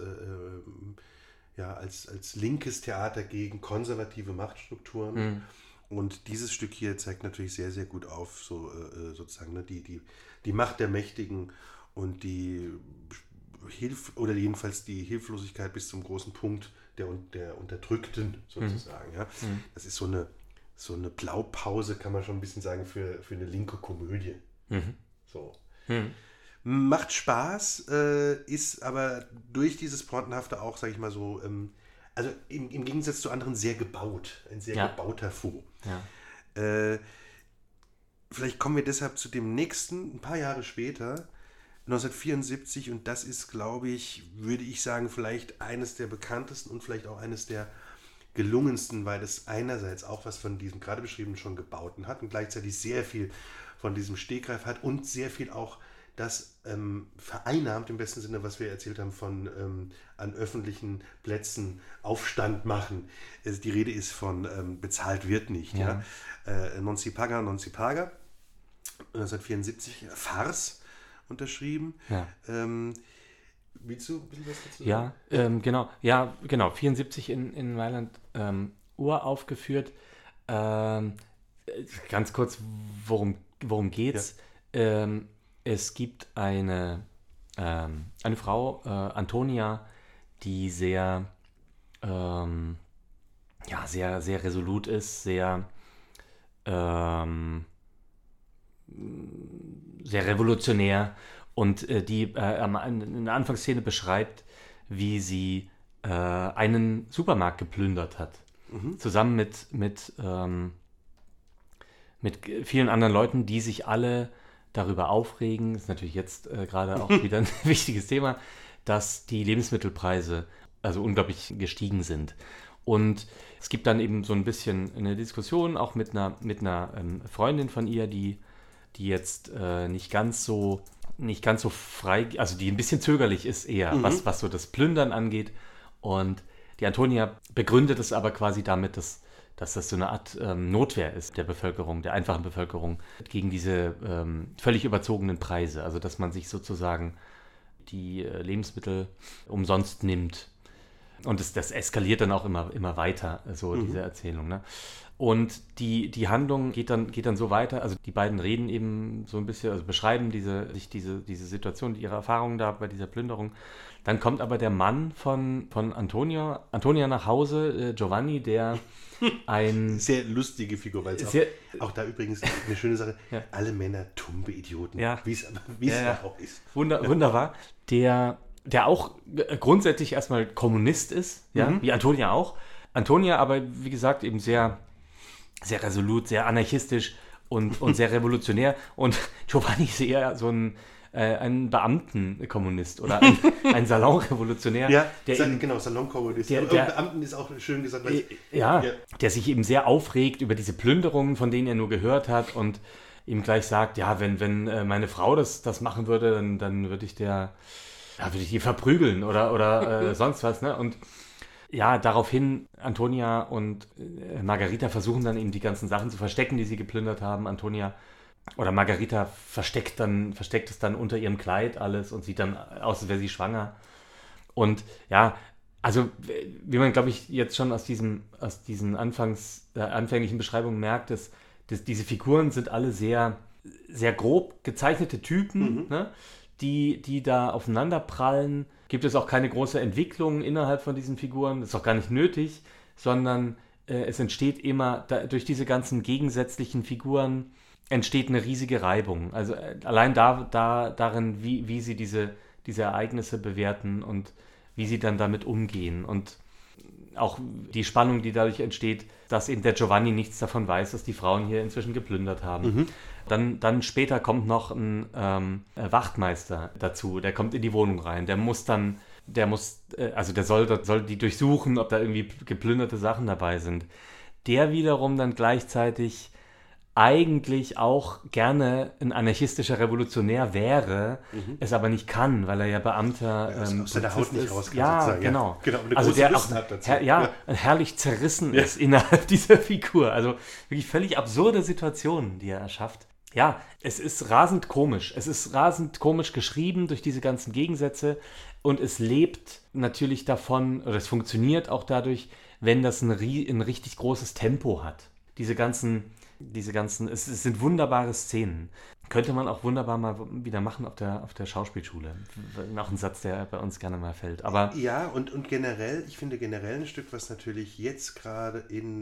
ja, als, als linkes Theater gegen konservative Machtstrukturen. Und dieses Stück hier zeigt natürlich sehr, sehr gut auf, so äh, sozusagen ne, die, die, die Macht der Mächtigen und die Hilf oder jedenfalls die Hilflosigkeit bis zum großen Punkt der, der Unterdrückten sozusagen. Ja. Das ist so eine so eine Blaupause, kann man schon ein bisschen sagen, für, für eine linke Komödie. Mhm. So. Mhm. Macht Spaß, äh, ist aber durch dieses Pointenhafte auch, sage ich mal so, ähm, also im, im Gegensatz zu anderen sehr gebaut. Ein sehr Ja. gebauter Faux. Ja. Äh, vielleicht kommen wir deshalb zu dem nächsten, ein paar Jahre später, neunzehnhundertvierundsiebzig, und das ist, glaube ich, würde ich sagen, vielleicht eines der bekanntesten und vielleicht auch eines der gelungensten, weil es einerseits auch was von diesem gerade beschriebenen schon gebauten hat und gleichzeitig sehr viel von diesem Stegreif hat und sehr viel auch das ähm, vereinnahmt, im besten Sinne, was wir erzählt haben, von ähm, an öffentlichen Plätzen Aufstand machen. Also die Rede ist von ähm, bezahlt wird nicht. Ja. Ja? Äh, non si paga, non si paga. neunzehnhundertvierundsiebzig, Farce unterschrieben. Ja. Ähm, willst du ein bisschen was dazu sagen? Ja, ähm, genau. Ja, genau. vierundsiebzig in, in Mailand ähm, uraufgeführt. Ähm, ganz kurz, worum, worum geht's? Ja. Ähm, es gibt eine, ähm, eine Frau, äh, Antonia, die sehr, ähm, ja, sehr, sehr resolut ist, sehr, ähm, sehr revolutionär und äh, die äh, in der Anfangsszene beschreibt, wie sie äh, einen Supermarkt geplündert hat. Mhm. Zusammen mit, mit, ähm, mit vielen anderen Leuten, die sich alle darüber aufregen, ist natürlich jetzt äh, gerade auch wieder ein wichtiges Thema, dass die Lebensmittelpreise also unglaublich gestiegen sind. Und es gibt dann eben so ein bisschen eine Diskussion, auch mit einer, mit einer ähm, Freundin von ihr, die, die jetzt äh, nicht ganz so nicht ganz so frei, also die ein bisschen zögerlich ist eher, mhm. was, was so das Plündern angeht. Und die Antonia begründet es aber quasi damit, dass, dass das so eine Art ähm, Notwehr ist der Bevölkerung, der einfachen Bevölkerung gegen diese ähm, völlig überzogenen Preise. Also dass man sich sozusagen die äh, Lebensmittel umsonst nimmt. Und das, das eskaliert dann auch immer, immer weiter, so mhm. diese Erzählung. Ne? Und die, die Handlung geht dann, geht dann so weiter, also die beiden reden eben so ein bisschen, also beschreiben diese, sich diese, diese Situation, ihre Erfahrungen da bei dieser Plünderung. Dann kommt aber der Mann von, von Antonia, Antonia nach Hause, äh, Giovanni, der ein... Sehr lustige Figur, weil es auch, auch da übrigens eine schöne Sache, ja. alle Männer tumbe Idioten, ja. wie es ja, ja. auch ist. Wunder, wunderbar. Der, der auch grundsätzlich erstmal Kommunist ist, ja, mhm. wie Antonia auch. Antonia aber, wie gesagt, eben sehr... sehr resolut, sehr anarchistisch und, und sehr revolutionär. Und Giovanni ist eher so ein, äh, ein Beamtenkommunist oder ein, ein Salonrevolutionär. Ja, der Sal- eben, genau, Salonkommunist. Der, der, der, Beamten ist auch schön gesagt. Weil äh, ja, ja, der sich eben sehr aufregt über diese Plünderungen, von denen er nur gehört hat und ihm gleich sagt, ja, wenn, wenn äh, meine Frau das, das machen würde, dann, dann würde ich der, ja, würde ich die verprügeln oder, oder äh, sonst was, ne? Und ja, daraufhin Antonia und äh, Margarita versuchen dann eben die ganzen Sachen zu verstecken, die sie geplündert haben. Antonia oder Margarita versteckt dann versteckt es dann unter ihrem Kleid alles und sieht dann aus, als wäre sie schwanger. Und ja, also wie man, glaube ich, jetzt schon aus diesem aus diesen Anfangs äh, anfänglichen Beschreibungen merkt, dass, dass diese Figuren sind alle sehr sehr grob gezeichnete Typen, mhm. ne? die die da aufeinander prallen. Gibt es auch keine große Entwicklung innerhalb von diesen Figuren, das ist auch gar nicht nötig, sondern äh, es entsteht immer, da, durch diese ganzen gegensätzlichen Figuren entsteht eine riesige Reibung. Also äh, allein da, da, darin, wie, wie sie diese, diese Ereignisse bewerten und wie sie dann damit umgehen. Und auch die Spannung, die dadurch entsteht, dass eben der Giovanni nichts davon weiß, dass die Frauen hier inzwischen geplündert haben. Mhm. Dann, dann später kommt noch ein ähm, Wachtmeister dazu, der kommt in die Wohnung rein, der muss dann, der muss, äh, also der soll, soll die durchsuchen, ob da irgendwie geplünderte Sachen dabei sind. Der wiederum dann gleichzeitig eigentlich auch gerne ein anarchistischer Revolutionär wäre, mhm. es aber nicht kann, weil er ja Beamter ja, ähm, aus seiner Haut nicht raus kann, ja, sozusagen. Genau. Ja, genau. Also der auch her, ja, ja. herrlich zerrissen ja. ist innerhalb dieser Figur. Also wirklich völlig absurde Situationen, die er erschafft. Ja, es ist rasend komisch. Es ist rasend komisch geschrieben durch diese ganzen Gegensätze und es lebt natürlich davon, oder es funktioniert auch dadurch, wenn das ein, ein richtig großes Tempo hat. Diese ganzen Diese ganzen, es, es sind wunderbare Szenen. Könnte man auch wunderbar mal wieder machen auf der, auf der Schauspielschule. Auch ein Satz, der bei uns gerne mal fällt. Aber ja, und, und generell, ich finde generell ein Stück, was natürlich jetzt gerade in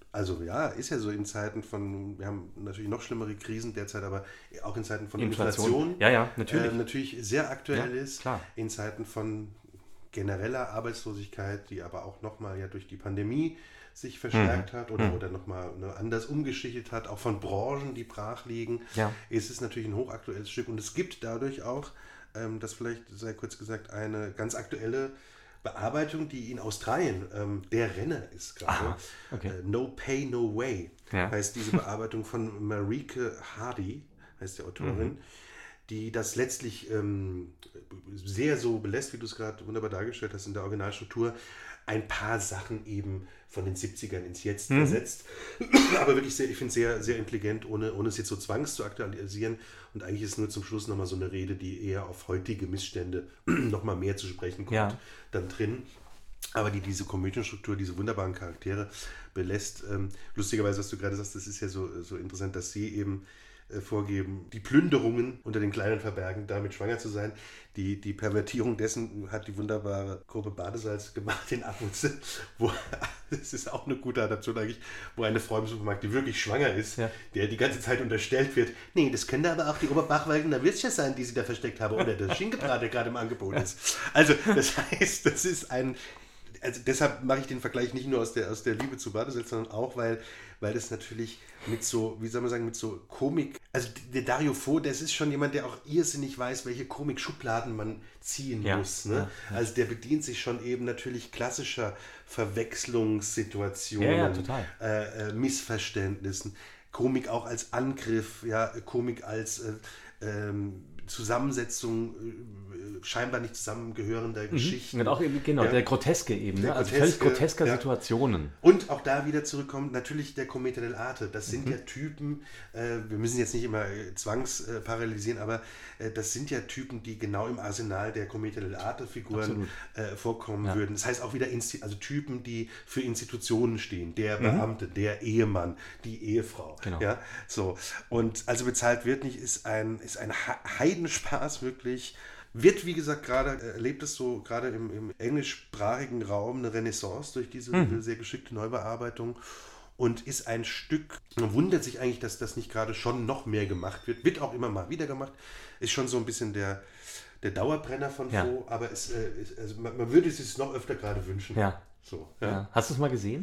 Also ja, ist ja so in Zeiten von, wir haben natürlich noch schlimmere Krisen derzeit, aber auch in Zeiten von Inflation. Inflation, Ja, ja, natürlich. Äh, natürlich sehr aktuell Ja, ist, klar. in Zeiten von genereller Arbeitslosigkeit, die aber auch nochmal ja durch die Pandemie sich verstärkt hat oder, Mhm. oder nochmal ne, anders umgeschichtet hat, auch von Branchen, die brach liegen, Ja. ist es natürlich ein hochaktuelles Stück und es gibt dadurch auch, ähm, das vielleicht sei kurz gesagt, eine ganz aktuelle Bearbeitung, die in Australien ähm, der Renner ist gerade. Aha, okay. Äh, No Pay, No Way Ja. heißt diese Bearbeitung von Marike Hardy, heißt die Autorin, Mhm. die das letztlich ähm, sehr so belässt, wie du es gerade wunderbar dargestellt hast in der Originalstruktur, ein paar Sachen eben von den siebzigern ins Jetzt Mhm. versetzt. Aber wirklich sehr, ich finde es sehr, sehr intelligent, ohne, ohne es jetzt so zwangs zu aktualisieren. Und eigentlich ist nur zum Schluss nochmal so eine Rede, die eher auf heutige Missstände nochmal mehr zu sprechen kommt, Ja. dann drin. Aber die diese Komödienstruktur, diese wunderbaren Charaktere belässt. Ähm, lustigerweise, was du gerade sagst, das ist ja so, so interessant, dass sie eben äh, vorgeben, die Plünderungen unter den Kleinen verbergen, damit schwanger zu sein. Die, die Pervertierung dessen hat die wunderbare Gruppe Badesalz gemacht in Abmutze, wo, das ist auch eine gute Adaption eigentlich, wo eine Frau im Supermarkt, die wirklich schwanger ist, Ja. der die ganze Zeit unterstellt wird, nee, das könnte aber auch die Oberbachwaldener Würstchen sein, die sie da versteckt haben, oder der Schinkenbrat, der gerade im Angebot ist. Also, das heißt, das ist ein, also deshalb mache ich den Vergleich nicht nur aus der, aus der Liebe zu Badesalz, sondern auch, weil, weil das natürlich mit so, wie soll man sagen, mit so Komik, also der Dario Fo, das ist schon jemand, der auch irrsinnig weiß, welche Komik-Schubladen man ziehen Ja, muss. Ne? ja, ja. Also der bedient sich schon eben natürlich klassischer Verwechslungssituationen, Ja, ja, total. Äh, äh, Missverständnissen, Komik auch als Angriff, ja, Komik als äh, ähm, Zusammensetzung äh, scheinbar nicht zusammengehörender Geschichten. Und auch eben, genau, Ja. der Groteske eben, Der ne? also Groteske, völlig grotesker ja. Situationen. Und auch da wieder zurückkommt, natürlich der Commedia dell'arte. Das sind Mhm. ja Typen, äh, wir müssen jetzt nicht immer äh, zwangsparallelisieren, aber äh, das sind ja Typen, die genau im Arsenal der Commedia dell'arte-Figuren Absolut. äh, vorkommen Ja. würden. Das heißt auch wieder Insti also Typen, die für Institutionen stehen. Der Mhm. Beamte, der Ehemann, die Ehefrau. Genau. Ja, so. Und also bezahlt wird nicht, ist ein, ist ein Heidenspaß wirklich. Wird, wie gesagt, gerade, erlebt es so gerade im, im englischsprachigen Raum eine Renaissance durch diese Mhm. sehr geschickte Neubearbeitung und ist ein Stück, man wundert sich eigentlich, dass das nicht gerade schon noch mehr gemacht wird, wird auch immer mal wieder gemacht, ist schon so ein bisschen der, der Dauerbrenner von Ja. Faux, aber es, äh, es, also man, man würde es sich noch öfter gerade wünschen. Ja. So, Ja. ja. Hast du es mal gesehen?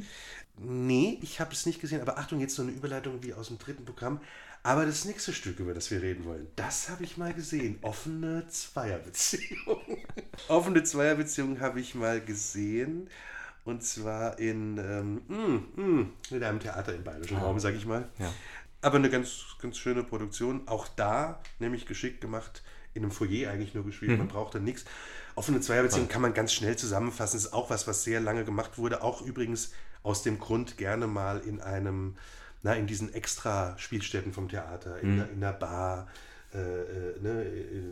Nee, ich habe es nicht gesehen, aber Achtung, jetzt so eine Überleitung wie aus dem dritten Programm. Aber das nächste Stück, über das wir reden wollen, das habe ich mal gesehen. Offene Zweierbeziehung. Offene Zweierbeziehung habe ich mal gesehen. Und zwar in, ähm, mm, mm, in einem Theater im Bayerischen Ah. Raum, sage ich mal. Ja. Aber eine ganz, ganz schöne Produktion. Auch da, nämlich geschickt gemacht, in einem Foyer eigentlich nur gespielt. Mhm. Man braucht da nichts. Offene Zweierbeziehung kann man ganz schnell zusammenfassen. Ist auch was, was sehr lange gemacht wurde. Auch übrigens aus dem Grund gerne mal in einem, na, in diesen Extra-Spielstätten vom Theater, in, Mhm. einer, in einer Bar, äh, äh, ne, äh,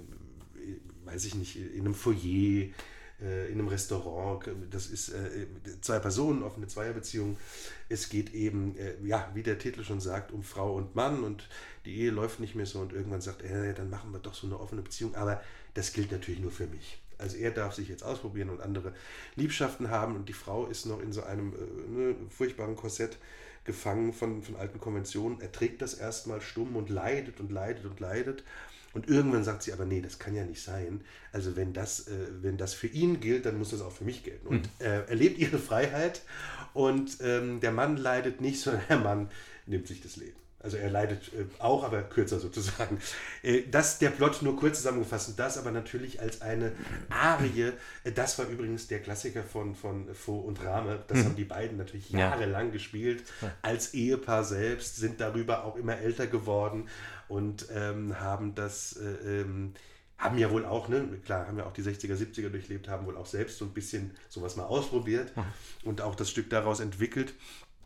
weiß ich nicht, in einem Foyer, äh, in einem Restaurant. Das ist äh, zwei Personen, offene Zweierbeziehung. Es geht eben, äh, ja, wie der Titel schon sagt, um Frau und Mann und die Ehe läuft nicht mehr so und irgendwann sagt er, äh, dann machen wir doch so eine offene Beziehung. Aber das gilt natürlich nur für mich. Also er darf sich jetzt ausprobieren und andere Liebschaften haben und die Frau ist noch in so einem äh, ne, furchtbaren Korsett gefangen von, von alten Konventionen. Er trägt das erstmal stumm und leidet und leidet und leidet. Und irgendwann sagt sie aber, nee, das kann ja nicht sein. Also wenn das, äh, wenn das für ihn gilt, dann muss das auch für mich gelten. Und äh, er lebt ihre Freiheit und ähm, der Mann leidet nicht, sondern der Mann nimmt sich das Leben. Also er leidet äh, auch, aber kürzer sozusagen. Äh, das der Plot nur kurz zusammengefasst und das aber natürlich als eine Arie. Äh, das war übrigens der Klassiker von, von Faux und Rame. Das Mhm. haben die beiden natürlich Ja. jahrelang gespielt. Als Ehepaar selbst, sind darüber auch immer älter geworden und ähm, haben das... Äh, ähm, haben ja wohl auch, ne, klar, haben ja auch die sechziger, siebziger durchlebt, haben wohl auch selbst so ein bisschen sowas mal ausprobiert und auch das Stück daraus entwickelt.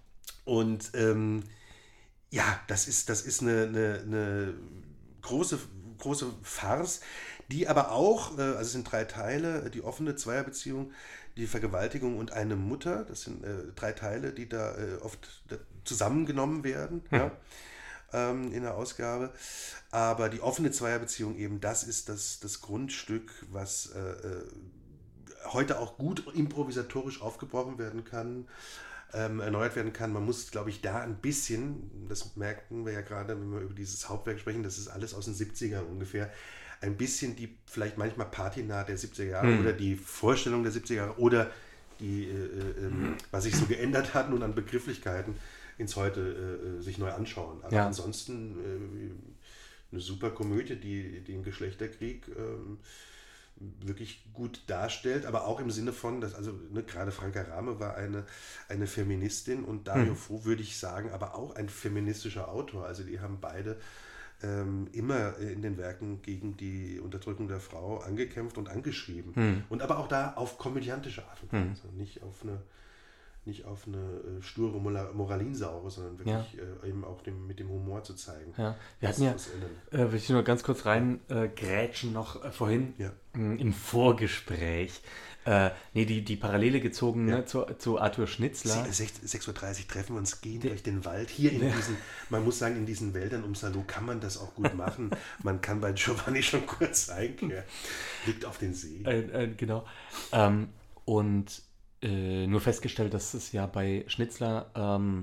Und ähm, ja, das ist, das ist eine, eine, eine große, große Farce, die aber auch, äh, also es sind drei Teile, die offene Zweierbeziehung, die Vergewaltigung und eine Mutter, das sind äh, drei Teile, die da äh, oft da zusammengenommen werden, Hm. ja, ähm, in der Ausgabe. Aber die offene Zweierbeziehung eben, das ist das, das Grundstück, was äh, äh, heute auch gut improvisatorisch aufgebrochen werden kann. ähm, erneuert werden kann. Man muss, glaube ich, da ein bisschen, das merken wir ja gerade, wenn wir über dieses Hauptwerk sprechen, das ist alles aus den siebzigern ungefähr, ein bisschen die vielleicht manchmal Patina der siebziger Jahre Hm. oder die Vorstellung der siebziger Jahre oder die, äh, ähm, was sich so geändert hat nun an Begrifflichkeiten, ins Heute äh, sich neu anschauen. Aber Ja. ansonsten äh, eine super Komödie, die den Geschlechterkrieg ähm, wirklich gut darstellt, aber auch im Sinne von, dass, also ne, gerade Franka Rame war eine, eine Feministin und Dario Hm. Fo, würde ich sagen, aber auch ein feministischer Autor. Also die haben beide ähm, immer in den Werken gegen die Unterdrückung der Frau angekämpft und angeschrieben. Hm. Und aber auch da auf komödiantische Art und Hm. Weise, nicht auf eine nicht auf eine äh, sture Mola- Moralinsaure, sondern wirklich äh, eben auch dem, mit dem Humor zu zeigen. Ja, wir was- hatten ja, was ändern. äh, will ich nur ganz kurz rein äh, grätschen noch äh, vorhin Ja. mh, im Vorgespräch. Äh, nee, die, die Parallele gezogen Ja. ne, zu, zu Arthur Schnitzler. sechs Uhr dreißig treffen wir uns, gehen Der- durch den Wald. Hier in Ja. diesen, man muss sagen, in diesen Wäldern um Salou kann man das auch gut machen. Man kann bei Giovanni schon kurz einkehren. Liegt auf den See. Äh, äh, genau. Ähm, und äh, nur festgestellt, dass es ja bei Schnitzler ähm,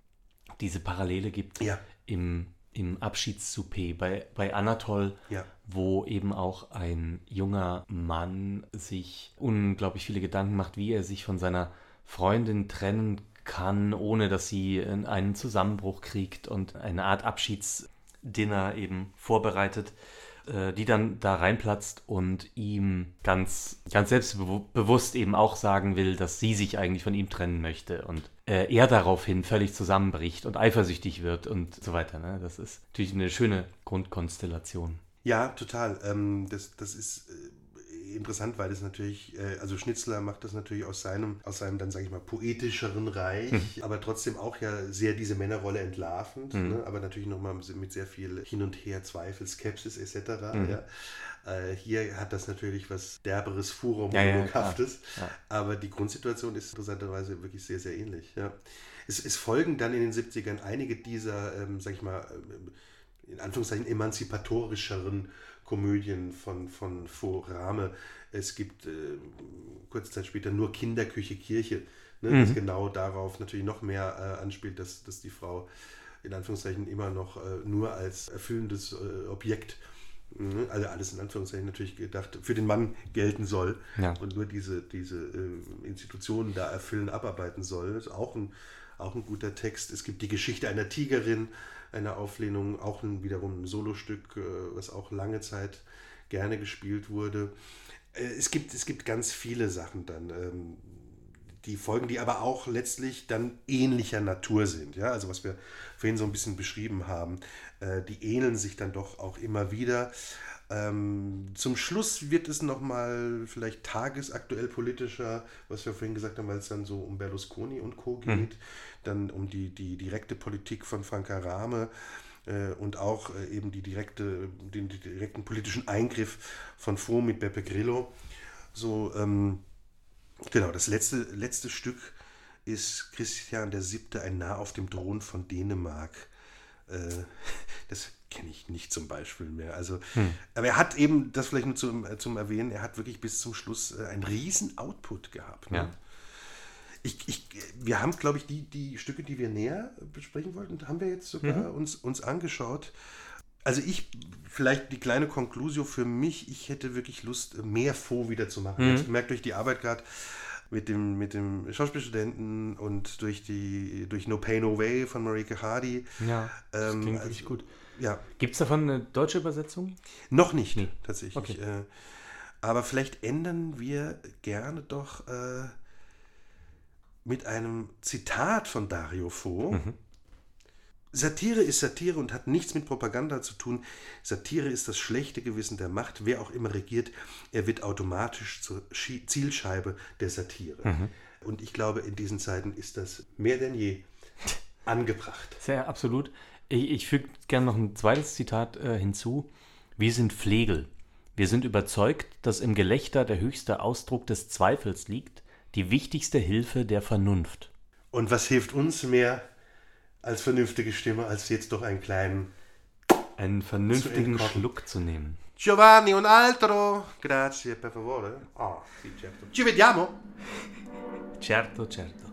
diese Parallele gibt Ja. im, im Abschiedssouper bei, bei Anatol, Ja. wo eben auch ein junger Mann sich unglaublich viele Gedanken macht, wie er sich von seiner Freundin trennen kann, ohne dass sie in einen Zusammenbruch kriegt und eine Art Abschiedsdinner eben vorbereitet, äh, die dann da reinplatzt und ihm ganz, ganz selbstbewusst eben auch sagen will, dass sie sich eigentlich von ihm trennen möchte und äh, er daraufhin völlig zusammenbricht und eifersüchtig wird und so weiter. Ne? Das ist natürlich eine schöne Grundkonstellation. Ja, total. Ähm, das, das ist äh, interessant, weil das natürlich, äh, also Schnitzler macht das natürlich aus seinem, aus seinem dann sage ich mal, poetischeren Reich, Mhm. aber trotzdem auch ja sehr diese Männerrolle entlarvend, Mhm. ne? Aber natürlich nochmal mit sehr viel Hin und Her, Zweifel, Skepsis et cetera. Mhm. Ja. Äh, hier hat das natürlich was derberes, Ja, ja, Furor-Monologhaftes, klar. Ja. aber die Grundsituation ist interessanterweise wirklich sehr, sehr ähnlich. Ja. Es, es folgen dann in den siebzigern einige dieser, ähm, sag ich mal, ähm, in Anführungszeichen emanzipatorischeren Komödien von, von Rame. Es gibt äh, kurze Zeit später nur Kinderküche, Kirche, ne, Mhm. das genau darauf natürlich noch mehr äh, anspielt, dass, dass die Frau in Anführungszeichen immer noch äh, nur als erfüllendes äh, Objekt, ne, also alles in Anführungszeichen natürlich gedacht, für den Mann gelten soll Ja. und nur diese, diese äh, Institutionen da erfüllen, abarbeiten soll. Das ist auch ein, auch ein guter Text. Es gibt die Geschichte einer Tigerin, eine Auflehnung, auch ein, wiederum ein Solostück, äh, was auch lange Zeit gerne gespielt wurde. Äh, es gibt, es gibt ganz viele Sachen dann, ähm, die Folgen, die aber auch letztlich dann ähnlicher Natur sind. Ja? Also was wir vorhin so ein bisschen beschrieben haben, äh, die ähneln sich dann doch auch immer wieder. Ähm, zum Schluss wird es nochmal vielleicht tagesaktuell politischer, was wir vorhin gesagt haben, weil es dann so um Berlusconi und Co. geht, Mhm. dann um die, die direkte Politik von Franka Rame äh, und auch äh, eben die direkte, den, den direkten politischen Eingriff von Fo mit Beppe Grillo. So, ähm, genau, das letzte, letzte Stück ist Christian der Siebte, ein Narr auf dem Thron von Dänemark. Äh, das kenne ich nicht zum Beispiel mehr. Also, Hm. aber er hat eben, das vielleicht nur zum, äh, zum Erwähnen, er hat wirklich bis zum Schluss äh, einen riesen Output gehabt. Ne? Ja. Ich, ich, wir haben, glaube ich, die, die Stücke, die wir näher besprechen wollten, haben wir jetzt sogar Mhm. uns, uns angeschaut. Also ich, vielleicht die kleine Conclusio für mich, ich hätte wirklich Lust, mehr Faux wieder zu machen. Mhm. Ich habe gemerkt, durch die Arbeit gerade mit dem, mit dem Schauspielstudenten und durch die durch No Pay No Way von Marika Hardy. Ja, das Ähm, klingt also- wirklich gut. Ja, Gibt es davon eine deutsche Übersetzung? noch nicht, Nee. tatsächlich. Okay. Äh, aber vielleicht ändern wir gerne doch äh, mit einem Zitat von Dario Fo. Mhm. Satire ist Satire und hat nichts mit Propaganda zu tun. Satire ist das schlechte Gewissen der Macht. Wer auch immer regiert, er wird automatisch zur Schi- Zielscheibe der Satire. Mhm. Und ich glaube, in diesen Zeiten ist das mehr denn je angebracht. Sehr absolut. Ich, ich füge gerne noch ein zweites Zitat äh, hinzu. Wir sind Flegel. Wir sind überzeugt, dass im Gelächter der höchste Ausdruck des Zweifels liegt, die wichtigste Hilfe der Vernunft. Und was hilft uns mehr als vernünftige Stimme, als jetzt doch einen kleinen Einen vernünftigen entkochen. Schluck zu nehmen. Giovanni, un altro. Grazie, per favore. Ah, sì, certo. Ci vediamo. Certo, certo.